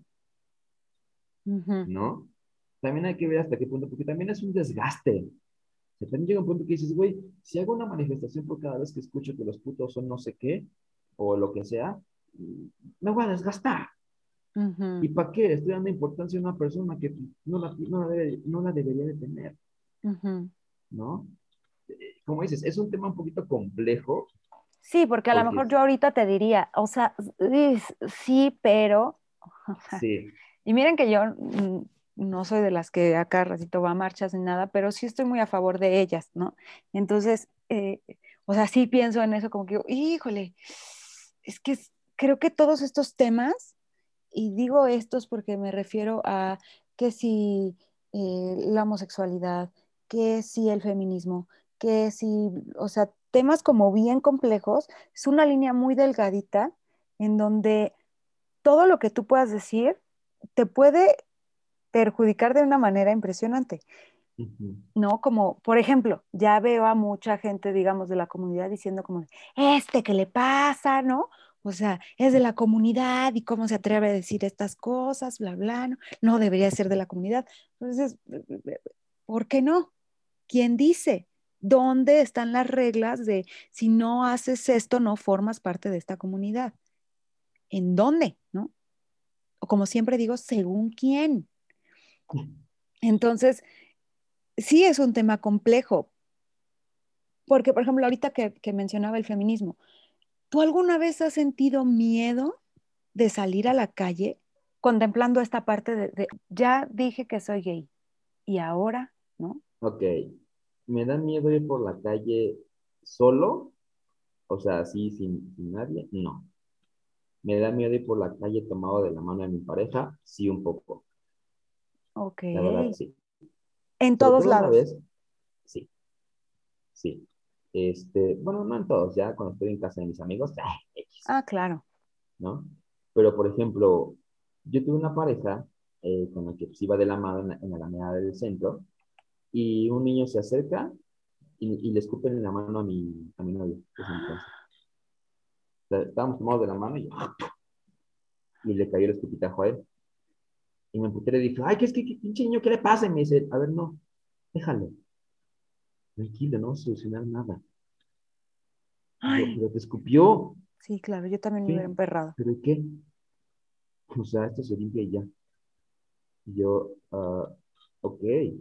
Ujú. ¿no? También hay que ver hasta qué punto, porque también es un desgaste. O sea, también llega un punto que dices, güey, si hago una manifestación por cada vez que escucho que los putos son no sé qué, o lo que sea, me voy a desgastar. Ujú. ¿Y para qué? Estoy dando importancia a una persona que no la debería de tener, Ujú. ¿no? Como dices, es un tema un poquito complejo, Sí, porque a lo porque mejor yo ahorita te diría, o sea, sí, pero, sí, y miren que yo no soy de las que acá ratito va a marchas ni nada, pero sí estoy muy a favor de ellas, ¿no? Entonces, o sea, sí pienso en eso como que, digo, híjole, es que creo que todos estos temas, y digo estos porque me refiero a que si la homosexualidad, que si el feminismo, que si, o sea, temas como bien complejos, es una línea muy delgadita en donde todo lo que tú puedas decir te puede perjudicar de una manera impresionante, ujú, ¿no? Como, por ejemplo, ya veo a mucha gente, digamos, de la comunidad diciendo como, ¿qué le pasa, no? O sea, es de la comunidad y cómo se atreve a decir estas cosas, bla, bla, no, no debería ser de la comunidad. Entonces, ¿por qué no? ¿Quién dice? ¿Dónde están las reglas de si no haces esto, no formas parte de esta comunidad? ¿En dónde? ¿No? O como siempre digo, según quién. Entonces, sí es un tema complejo, porque, por ejemplo, ahorita que mencionaba el feminismo, ¿tú alguna vez has sentido miedo de salir a la calle contemplando esta parte ya dije que soy gay y ahora, ¿no? ok. ¿Me da miedo ir por la calle solo? O sea, así, sin nadie, no. ¿Me da miedo ir por la calle tomado de la mano de mi pareja? Sí, un poco. Ok. La verdad, sí. En Sobre todos todo una lados. vez, sí, sí. Bueno, no en todos, ya cuando estoy en casa de mis amigos, X, Ah, claro. ¿no? Pero, por ejemplo, yo tuve una pareja con la que pues, iba de la mano en la Alameda del centro y un niño se acerca y le escupen en la mano a mi novio, que es entonces. O sea, estábamos tomados de la mano y le cayó el escupitajo a él. Y me emputé y le dije, ay, ¿qué pinche niño, qué le pasa? Y me dice, a ver, no, déjalo, tranquilo, no va a solucionar nada. Y yo, Ay, pero te escupió, sí, claro, yo también me hubiera ¿qué? emperrado. ¿Pero y qué? O sea, esto se limpia y ya. Y yo, ok.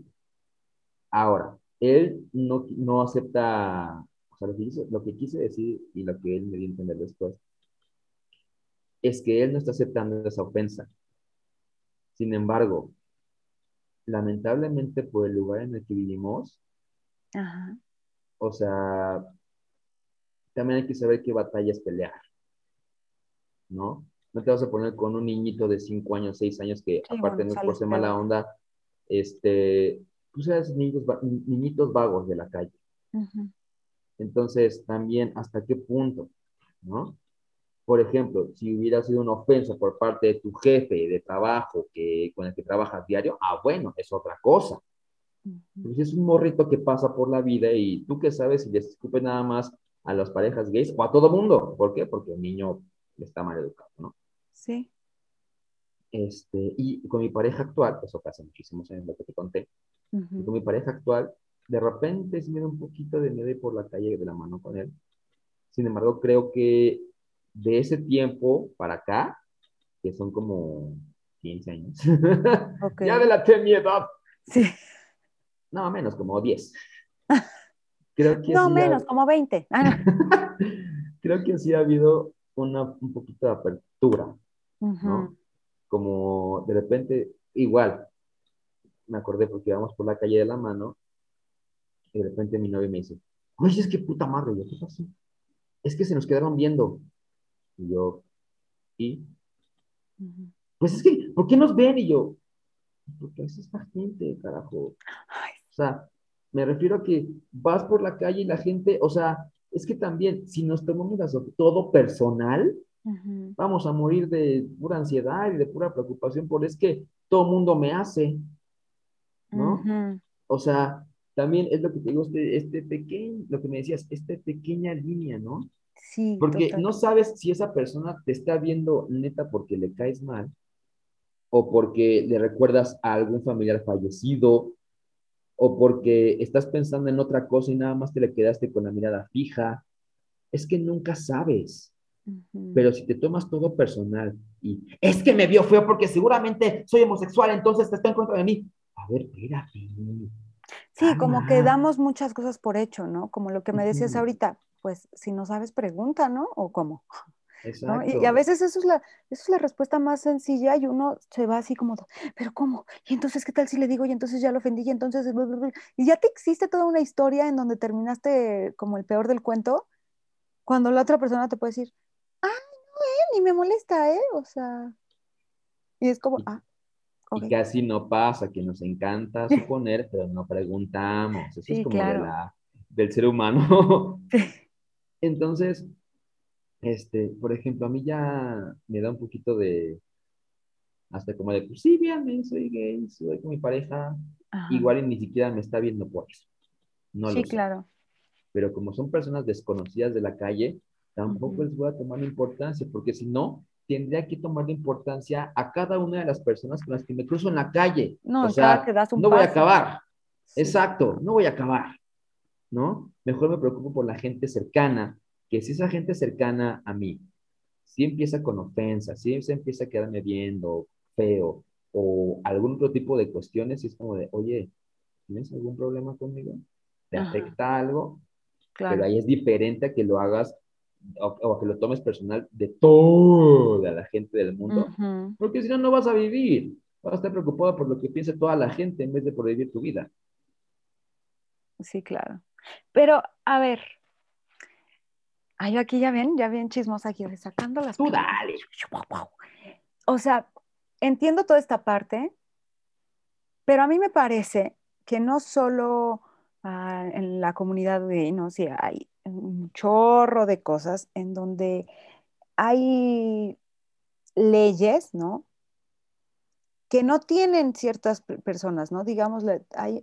Ahora, él no acepta, o sea, lo que quise decir y lo que él me dio a entender después, es que él no está aceptando esa ofensa. Sin embargo, lamentablemente por el lugar en el que vivimos, Ajá. o sea, también hay que saber qué batallas pelear, ¿no? No te vas a poner con un niñito de 5 años, 6 años, que Sí, aparte bueno, no es por sales ser peor. mala onda, pues eres niñitos vagos de la calle. Ujú. Entonces, también, ¿hasta qué punto? ¿No? Por ejemplo, si hubiera sido una ofensa por parte de tu jefe de trabajo con el que trabajas diario, bueno, es otra cosa. Ujú. Pero si es un morrito que pasa por la vida y tú qué sabes si les escupe nada más a las parejas gays o a todo mundo. ¿Por qué? Porque el niño está mal educado, ¿no? Sí. Y con mi pareja actual, eso pasa muchísimos años, lo que te conté, y Ujú. con mi pareja actual, de repente sí me da un poquito de miedo ir por la calle de la mano con él. Sin embargo, creo que de ese tiempo para acá, que son como 15 años, Ok. ya delaté mi edad, Sí. no, menos, como 10. Creo que No sí menos, como 20. Ah, no. creo que sí ha habido un poquito de apertura, Ujú. ¿no? Como de repente, igual, me acordé porque íbamos por la calle de la mano y de repente mi novio me dice, oye, es que puta madre, yo, ¿qué pasó? Es que se nos quedaron viendo. Y yo, ¿y? Ujú. Pues es que, ¿por qué nos ven? Y yo, porque es esta gente, carajo. O Ay, sea, Me refiero a que vas por la calle y la gente, o sea, es que también, si nos tomamos todo personal, Ujú, vamos a morir de pura ansiedad y de pura preocupación por es que todo mundo me hace, ¿no? ujú. O sea, también es lo que te digo, lo que me decías, esta pequeña línea, ¿no? Sí, Porque total. no sabes si esa persona te está viendo neta porque le caes mal o porque le recuerdas a algún familiar fallecido o porque estás pensando en otra cosa y nada más te le quedaste con la mirada fija. Es que nunca sabes. Ujú. Pero si te tomas todo personal y es que me vio feo porque seguramente soy homosexual, entonces te está en contra de mí. A ver, espérate, Sí, como que calma. damos muchas cosas por hecho, ¿no? Como lo que me decías Ujú. ahorita, pues si no sabes, pregunta, ¿no? O cómo, ¿no? Y a Exacto. veces eso es la respuesta más sencilla y uno se va así como, pero ¿cómo? Y entonces, ¿qué tal si le digo? Y entonces ya lo ofendí, y entonces, bla, bla, bla. Y ya te existe toda una historia en donde terminaste como el peor del cuento, cuando la otra persona te puede decir, ah, ni me molesta, ¿eh? O sea, y es como, Y, ah, y ok. casi no pasa, que nos encanta suponer, pero no preguntamos. Eso es Sí, como claro. del ser humano. Sí. Entonces, por ejemplo, a mí ya me da un poquito hasta como de, pues sí, véanme, soy gay, soy con mi pareja, Ajá. igual y ni siquiera me está viendo por eso, no lo Sí, sé. claro. Pero como son personas desconocidas de la calle, tampoco Ujú. les voy a tomar importancia, porque si no, tendría que tomar importancia a cada una de las personas con las que me cruzo en la calle. No, O en cada que sea, das un no voy a paso. acabar. Sí. Exacto, no voy a acabar, ¿no? Mejor me preocupo por la gente cercana, que si esa gente cercana a mí, si empieza con ofensas, si se empieza a quedarme viendo feo o algún otro tipo de cuestiones, y es como de, oye, ¿tienes algún problema conmigo? ¿Te Ajá, afecta algo? Pero claro. ahí es diferente a que lo hagas o que lo tomes personal de toda la gente del mundo, Ujú. porque si no, no vas a vivir. Vas a estar preocupado por lo que piense toda la gente en vez de por vivir tu vida. Sí, claro. Pero, a ver, ay, yo aquí ya bien chismosa aquí, sacando las Tú plumas. dale. O sea, entiendo toda esta parte, pero a mí me parece que no solo en la comunidad gay, no, sí, hay un chorro de cosas en donde hay leyes, ¿no? Que no tienen ciertas personas, ¿no? Digamos, hay,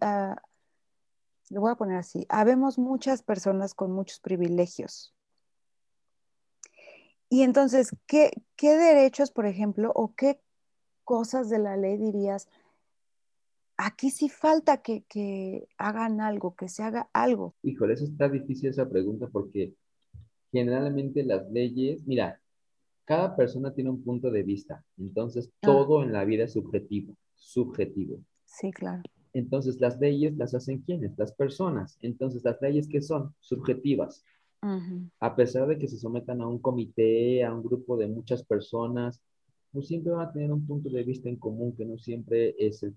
lo voy a poner así, habemos muchas personas con muchos privilegios. Y entonces, ¿qué derechos, por ejemplo, o qué cosas de la ley dirías? Aquí sí falta que hagan algo, que se haga algo. Híjole, eso está difícil esa pregunta porque generalmente las leyes, mira, cada persona tiene un punto de vista, entonces Ah, todo en la vida es subjetivo, subjetivo. sí, claro. Entonces las leyes las hacen quienes, las personas. Entonces las leyes que son subjetivas, Ujú, a pesar de que se sometan a un comité, a un grupo de muchas personas, pues siempre van a tener un punto de vista en común que no siempre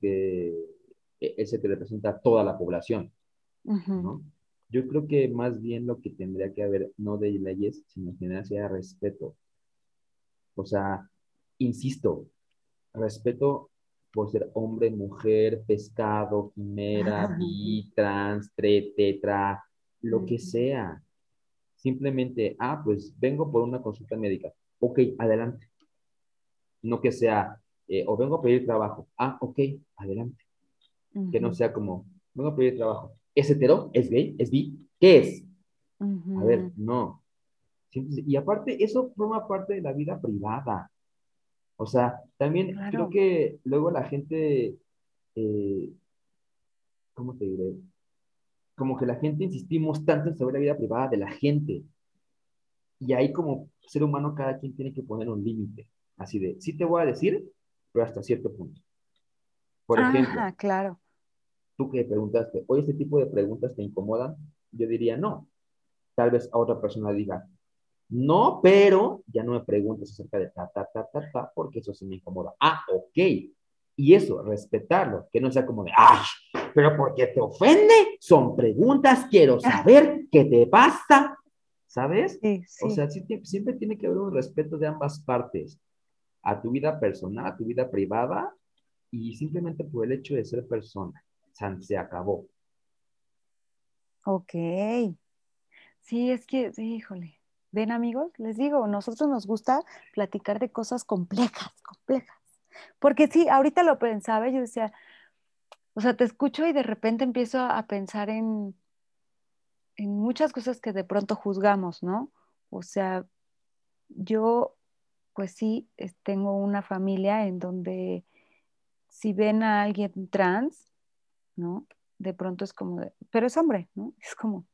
es el que representa a toda la población, ujú. ¿no? Yo creo que más bien lo que tendría que haber, no de leyes, sino en general, sería respeto. O sea, insisto, respeto por ser hombre, mujer, pescado, quimera, bi, trans, tetra, lo que Ujú, sea. Simplemente, pues vengo por una consulta médica. Ok, adelante. No que sea, o vengo a pedir trabajo. Ok, adelante. Que no ujú, sea como, vengo a pedir trabajo. ¿Es hetero? ¿Es gay? ¿Es bi? ¿Qué es? A ver, ujú. no. Y aparte, eso forma parte de la vida privada. O sea, también creo Claro. que luego la gente, eh, ¿cómo te diré? Como que la gente insistimos tanto en saber la vida privada de la gente. Y ahí como ser humano cada quien tiene que poner un límite. Así de, sí te voy a decir, pero hasta cierto punto. Por ejemplo, Ajá, claro. tú que preguntaste, oye, este tipo de preguntas te incomodan, yo diría no. Tal vez a otra persona diga, no, pero ya no me preguntes acerca de porque eso sí me incomoda. Ok. Y eso, respetarlo, que no sea como de, pero ¿por qué te ofende? Son preguntas, quiero saber qué te pasa, ¿sabes? Sí, O sí. sea, sí, siempre tiene que haber un respeto de ambas partes, a tu vida personal, a tu vida privada, y simplemente por el hecho de ser persona. Se acabó. Ok. Sí, es que, sí, híjole. Ven, amigos, les digo, nosotros nos gusta platicar de cosas complejas, complejas. Porque sí, ahorita lo pensaba, y yo decía, o sea, te escucho y de repente empiezo a pensar en muchas cosas que de pronto juzgamos, ¿no? O sea, yo, pues sí, tengo una familia en donde si ven a alguien trans, ¿no? De pronto es como, pero es hombre, ¿no? Es como,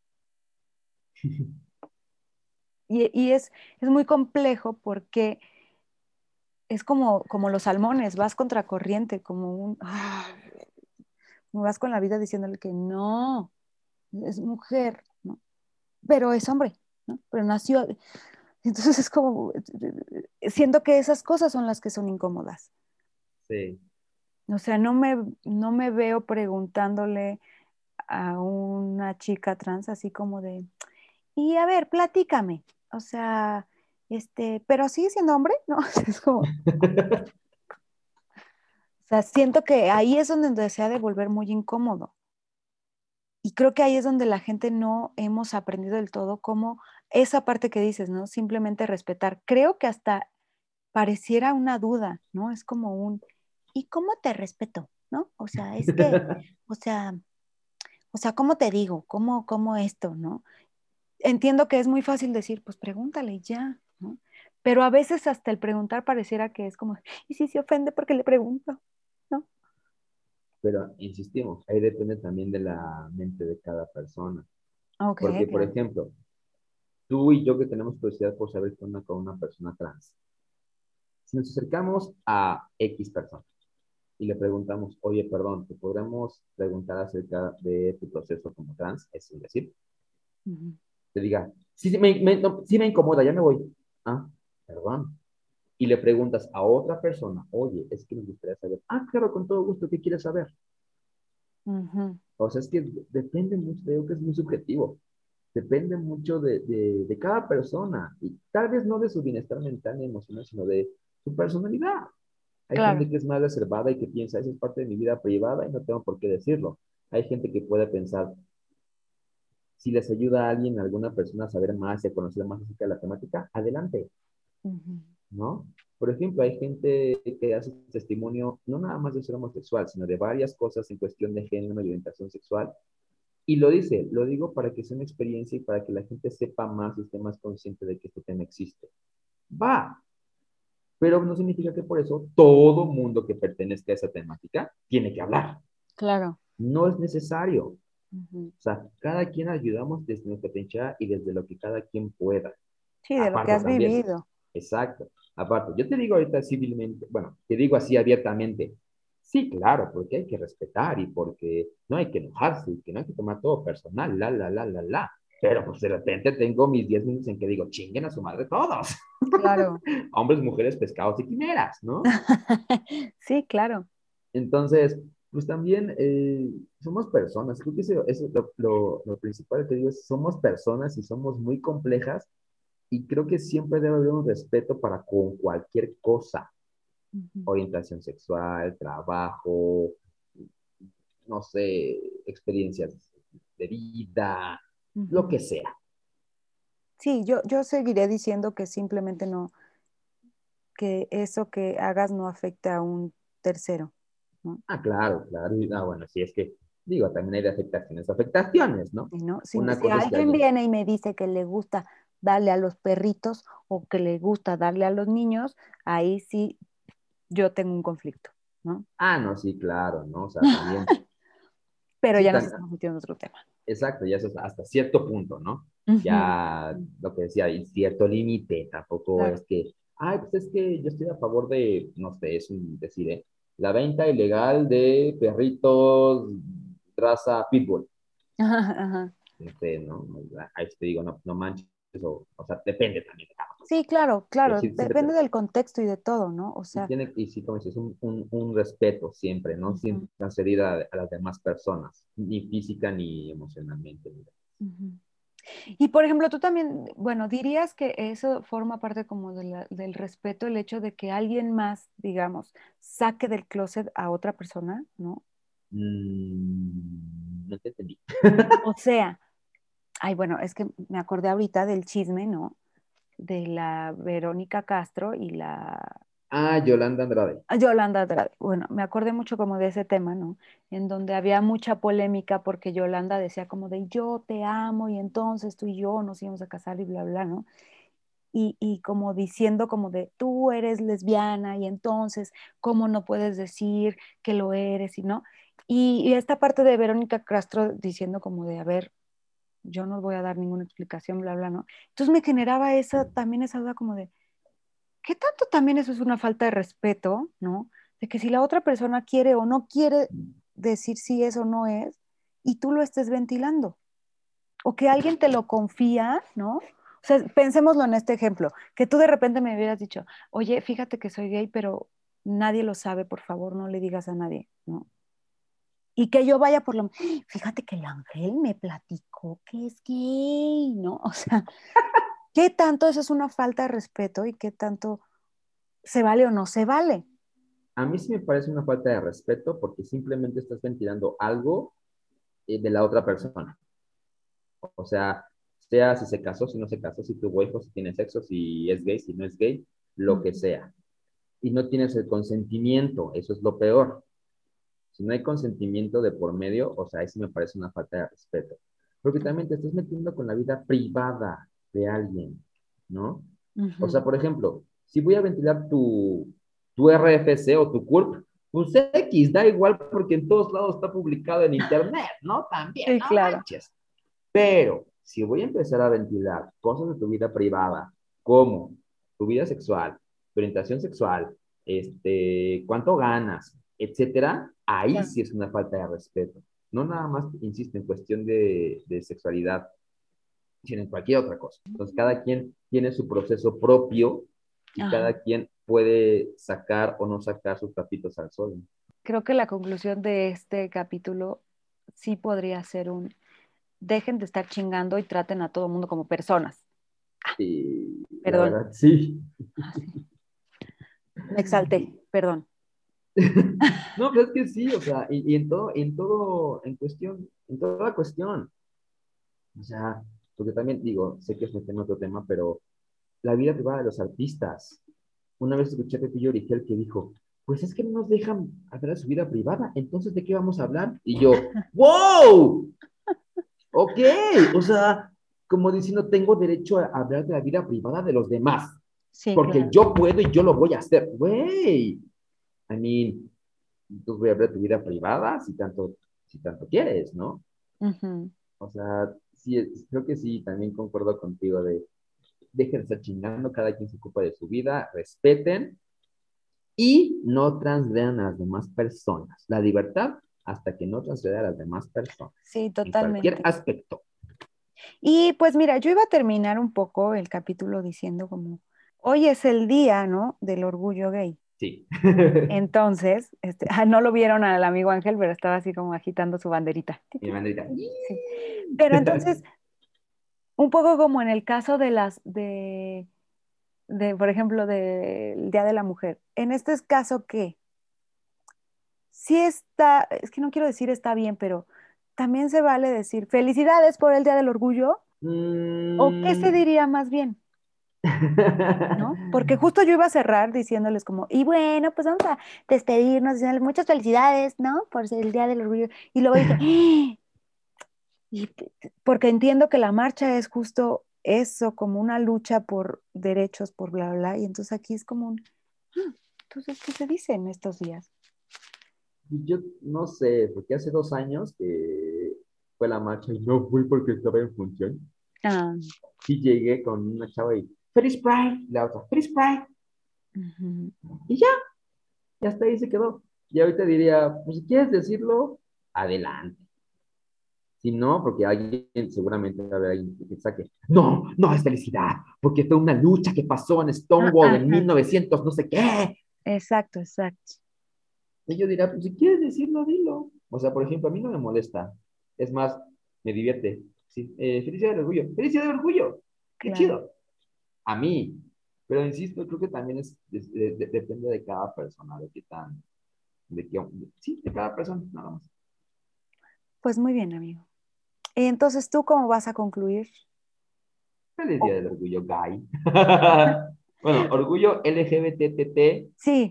y es muy complejo porque es como los salmones, vas contracorriente, como vas con la vida diciéndole que no, es mujer, ¿no? Pero es hombre, ¿no? Pero nació. Entonces es como, siento que esas cosas son las que son incómodas. Sí. O sea, no me veo preguntándole a una chica trans así como de, y a ver, platícame. O sea, pero sigue siendo hombre, ¿no? Es como, o sea, siento que ahí es donde se ha de volver muy incómodo. Y creo que ahí es donde la gente no hemos aprendido del todo cómo esa parte que dices, ¿no? Simplemente respetar. Creo que hasta pareciera una duda, ¿no? Es como ¿y cómo te respeto? ¿No? O sea, es que, o sea, ¿cómo te digo? ¿Cómo esto? ¿No? Entiendo que es muy fácil decir, pues pregúntale y ya, ¿no? Pero a veces hasta el preguntar pareciera que es como, ¿y si se ofende porque le pregunto? ¿No? Pero insistimos, ahí depende también de la mente de cada persona. Ok, Porque, por claro. ejemplo, tú y yo que tenemos curiosidad por saber qué onda con una persona trans, si nos acercamos a X persona y le preguntamos, oye, perdón, ¿te podremos preguntar acerca de tu proceso como trans? Es decir, Ujú, te diga, sí, no, sí me incomoda, ya me voy. Ah, perdón. Y le preguntas a otra persona, oye, es que me gustaría saber. Ah, claro, con todo gusto, ¿qué quieres saber? ujú, O sea, es que depende mucho, te digo que es muy subjetivo. Depende mucho de cada persona. Y tal vez no de su bienestar mental ni emocional, sino de su personalidad. Hay gente claro. que es más reservada y que piensa, eso es parte de mi vida privada y no tengo por qué decirlo. Hay gente que puede pensar, si les ayuda a alguien, a alguna persona a saber más y a conocer más acerca de la temática, adelante, Ujú, ¿no? Por ejemplo, hay gente que hace testimonio no nada más de ser homosexual, sino de varias cosas en cuestión de género y orientación sexual. Y lo dice, lo digo para que sea una experiencia y para que la gente sepa más y esté más consciente de que este tema existe. Va, pero no significa que por eso todo mundo que pertenezca a esa temática tiene que hablar. claro. No es necesario. O Ujú. sea, cada quien ayudamos desde nuestra trinchera y desde lo que cada quien pueda. Sí, de lo que Aparte has también, vivido. exacto. Aparte, yo te digo ahorita civilmente, bueno, te digo así abiertamente. Sí, claro, porque hay que respetar y porque no hay que enojarse y que no hay que tomar todo personal, la. Pero pues de repente tengo mis 10 minutos en que digo, chinguen a su madre todos. Claro. Hombres, mujeres, pescados y quimeras, ¿no? Sí, claro. Entonces, pues también somos personas. Creo que eso es lo principal que digo, es somos personas y somos muy complejas y creo que siempre debe haber un respeto para con cualquier cosa, Ujú, orientación sexual, trabajo, no sé, experiencias de vida, lo ujú. que sea. Sí, yo seguiré diciendo que simplemente no, que eso que hagas no afecta a un tercero, ¿no? Ah, claro, claro. Bueno, sí, es que, digo, también hay de afectaciones, afectaciones, ¿no? Y no, Una si cosa es que alguien alguien, viene y me dice que le gusta darle a los perritos o que le gusta darle a los niños, ahí sí yo tengo un conflicto, ¿no? no, sí, claro, ¿no? O sea, también, Pero sí, ya nos estamos metiendo en otro tema. exacto, ya eso es hasta cierto punto, ¿no? Ujú, Ya lo que decía, hay cierto límite, tampoco claro. es que, ay, pues es que yo estoy a favor de, no sé, es un decir, ¿eh? La venta ilegal de perritos raza pitbull. Ajá, ajá. No sé, ¿no? Ahí te digo, no manches, o sea, depende también de cada cosa. Sí, claro, Pero claro, sí, depende del contexto y de todo, ¿no? O y sea, tiene, y sí, como dices, un respeto siempre, ¿no? Sin ujú, transferir a las demás personas, ni física ni emocionalmente. ujú. Y por ejemplo, tú también, bueno, dirías que eso forma parte como del respeto, el hecho de que alguien más, digamos, saque del closet a otra persona, ¿no? Mm, no te entendí. O sea, ay, bueno, es que me acordé ahorita del chisme, ¿no? De la Verónica Castro y la Ah, Yolanda Andrade. Yolanda Andrade. Bueno, me acordé mucho como de ese tema, ¿no? En donde había mucha polémica porque Yolanda decía como de yo te amo y entonces tú y yo nos íbamos a casar y bla, bla, ¿no? Y como diciendo como de tú eres lesbiana y entonces, ¿cómo no puedes decir que lo eres y no? Y esta parte de Verónica Castro diciendo como de, a ver, yo no voy a dar ninguna explicación, bla, bla, ¿no? Entonces me generaba también esa duda como de, ¿qué tanto también eso es una falta de respeto, ¿no? De que si la otra persona quiere o no quiere decir si es o no es, y tú lo estés ventilando, o que alguien te lo confía, ¿no? O sea, pensémoslo en este ejemplo, que tú de repente me hubieras dicho, oye, fíjate que soy gay, pero nadie lo sabe, por favor, no le digas a nadie, ¿no? Y que yo vaya por lo, fíjate que el ángel me platicó que es gay, ¿no? O sea, ¿qué tanto eso es una falta de respeto y qué tanto se vale o no se vale? A mí sí me parece una falta de respeto porque simplemente estás ventilando algo de la otra persona. O sea si se casó, si no se casó, si tuvo hijos, si tiene sexo, si es gay, si no es gay, lo que sea. Y no tienes el consentimiento, eso es lo peor. Si no hay consentimiento de por medio, o sea, ahí sí me parece una falta de respeto. Porque también te estás metiendo con la vida privada de alguien, ¿no? O sea, Ujú. por ejemplo, si voy a ventilar tu RFC o tu CURP, pues X, da igual porque en todos lados está publicado en internet, ¿no? También, Sí, no claro. manches. Pero si voy a empezar a ventilar cosas de tu vida privada, como tu vida sexual, tu orientación sexual, cuánto ganas, etcétera, ahí Claro. sí es una falta de respeto. No nada más, insisto, en cuestión de sexualidad, sino en cualquier otra cosa. Entonces, cada quien tiene su proceso propio y Ajá. cada quien puede sacar o no sacar sus tapitos al sol. Creo que la conclusión de este capítulo sí podría ser dejen de estar chingando y traten a todo el mundo como personas. Y la Perdón, verdad, sí. me exalté, perdón. No, pues es que sí, o sea, y en toda cuestión. O sea, porque también digo, sé que es en otro tema, pero la vida privada de los artistas. Una vez escuché a Pepillo Origel que dijo, pues es que no nos dejan hablar de su vida privada, entonces ¿de qué vamos a hablar? Y yo, ¡wow! Ok, o sea, como diciendo, tengo derecho a hablar de la vida privada de los demás, Sí, porque claro. yo puedo y yo lo voy a hacer. Güey, I mean, entonces voy a hablar de tu vida privada si tanto quieres, ¿no? Ujú. O sea, sí, creo que sí, también concuerdo contigo de dejen de estar chingando, cada quien se ocupa de su vida, respeten y no transgredan a las demás personas. La libertad hasta que no transgreda a las demás personas, Sí, en cualquier totalmente. aspecto. Y pues mira, yo iba a terminar un poco el capítulo diciendo como, hoy es el día, ¿no? Del orgullo gay. Sí. Entonces, no lo vieron al amigo Ángel, pero estaba así como agitando su banderita. Ti, Mi ti, ti, bandita. ti. Sí. Pero entonces, un poco como en el caso por ejemplo, del Día de la Mujer. En este caso, ¿qué? Sí está, es que no quiero decir está bien, pero también se vale decir felicidades por el Día del Orgullo, o qué se Mm. diría más bien, ¿no? Porque justo yo iba a cerrar diciéndoles como, y bueno, pues vamos a despedirnos, diciéndoles muchas felicidades, ¿no? Por ser el Día del Orgullo. Y luego dije, ¡ah! Y porque entiendo que la marcha es justo eso, como una lucha por derechos, por bla, bla, bla. Y entonces aquí es como entonces, ¿qué se dice en estos días? Yo no sé, porque hace 2 años que fue la marcha y no fui porque estaba en función. Ah, Y llegué con una chava y ¡Feliz Pride! Y la otra, ¡Feliz Pride! ujú. Y ya hasta ahí se quedó. Y ahorita diría, pues si quieres decirlo, adelante. Si no, porque alguien seguramente va a haber alguien que saque, no, no es felicidad, porque fue una lucha que pasó en Stonewall en Ajá, 1900 no sé qué. exacto, exacto. Y yo diría, pues si quieres decirlo, dilo. O sea, por ejemplo, a mí no me molesta. Es más, me divierte. Sí, felicidad del orgullo. Felicidad del orgullo. Qué Claro. chido. A mí. Pero insisto, creo que también depende de cada persona, de qué tan, de qué, sí, de cada persona, nada más. pues muy bien, amigo. Entonces, ¿tú cómo vas a concluir? Feliz Día del Orgullo Gay. Bueno, orgullo LGBTTT, Sí,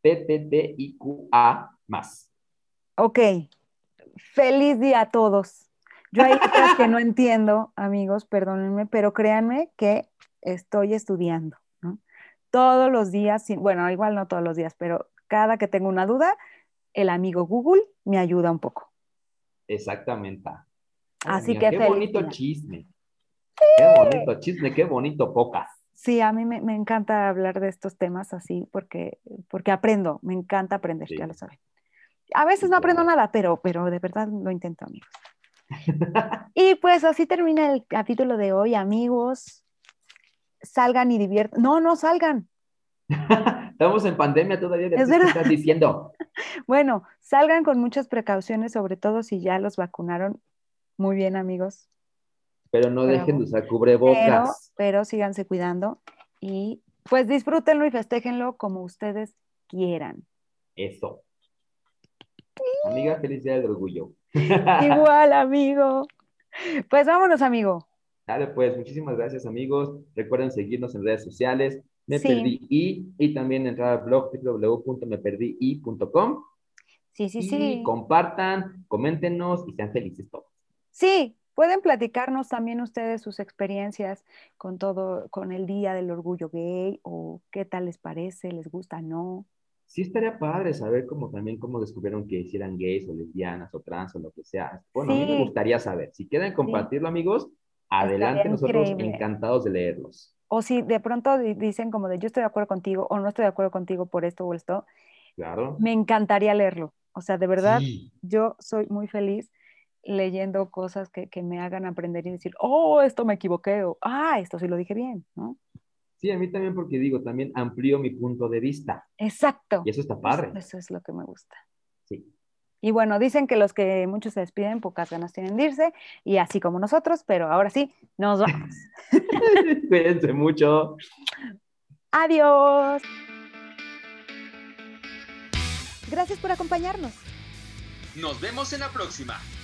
TTTIQA más. ok. Feliz día a todos. Yo hay letras que no entiendo, amigos, perdónenme, pero créanme que estoy estudiando, ¿no? Todos los días, bueno, igual no todos los días, pero cada que tengo una duda, el amigo Google me ayuda un poco. Exactamente. Oh, Así mira, que qué feliz bonito día. chisme. Qué bonito chisme, qué bonito pocas. Sí, a mí me encanta hablar de estos temas así porque aprendo, me encanta aprender, ya lo Sí, saben. A veces sí, no aprendo claro. nada, pero de verdad lo intento, amigos. Y pues así termina el capítulo de hoy, amigos. Salgan y diviertan. No, no salgan. Estamos en pandemia todavía, Es Beatriz, ¿qué verdad. estás diciendo? Bueno, salgan con muchas precauciones, sobre todo si ya los vacunaron. Muy bien, amigos. Pero no dejen de Bravo. usar Pero, cubrebocas. pero síganse cuidando y pues disfrútenlo y festéjenlo como ustedes quieran. Eso. Amiga, feliz día del orgullo. Igual, amigo. Pues vámonos, amigo. Dale, pues, muchísimas gracias, amigos. Recuerden seguirnos en redes sociales. Me Sí, perdí y también entrar al blog www.meperdii.com sí, sí, y sí. compartan, coméntenos y sean felices todos. Sí, pueden platicarnos también ustedes sus experiencias con todo, con el Día del Orgullo Gay o qué tal les parece, les gusta, no. Sí estaría padre saber cómo también cómo descubrieron que si eran gays o lesbianas o trans o lo que sea. Bueno, a mí me Sí, gustaría saber. Si quieren sí, compartirlo, amigos, estaría adelante, nosotros increíble. encantados de leerlos. O si de pronto dicen como de yo estoy de acuerdo contigo o no estoy de acuerdo contigo por esto o esto, Claro. me encantaría leerlo. O sea, de verdad, Sí. yo soy muy feliz leyendo cosas que me hagan aprender y decir, oh, esto me equivoqué o, ah, esto sí lo dije bien, ¿no? Sí, a mí también porque digo, también amplío mi punto de vista. Y Exacto. eso está padre. Eso es lo que me gusta. Sí. Y bueno, dicen que los que muchos se despiden, pocas ganas tienen de irse, y así como nosotros, pero ahora sí, nos vamos. Cuídense mucho. Adiós. Gracias por acompañarnos. Nos vemos en la próxima.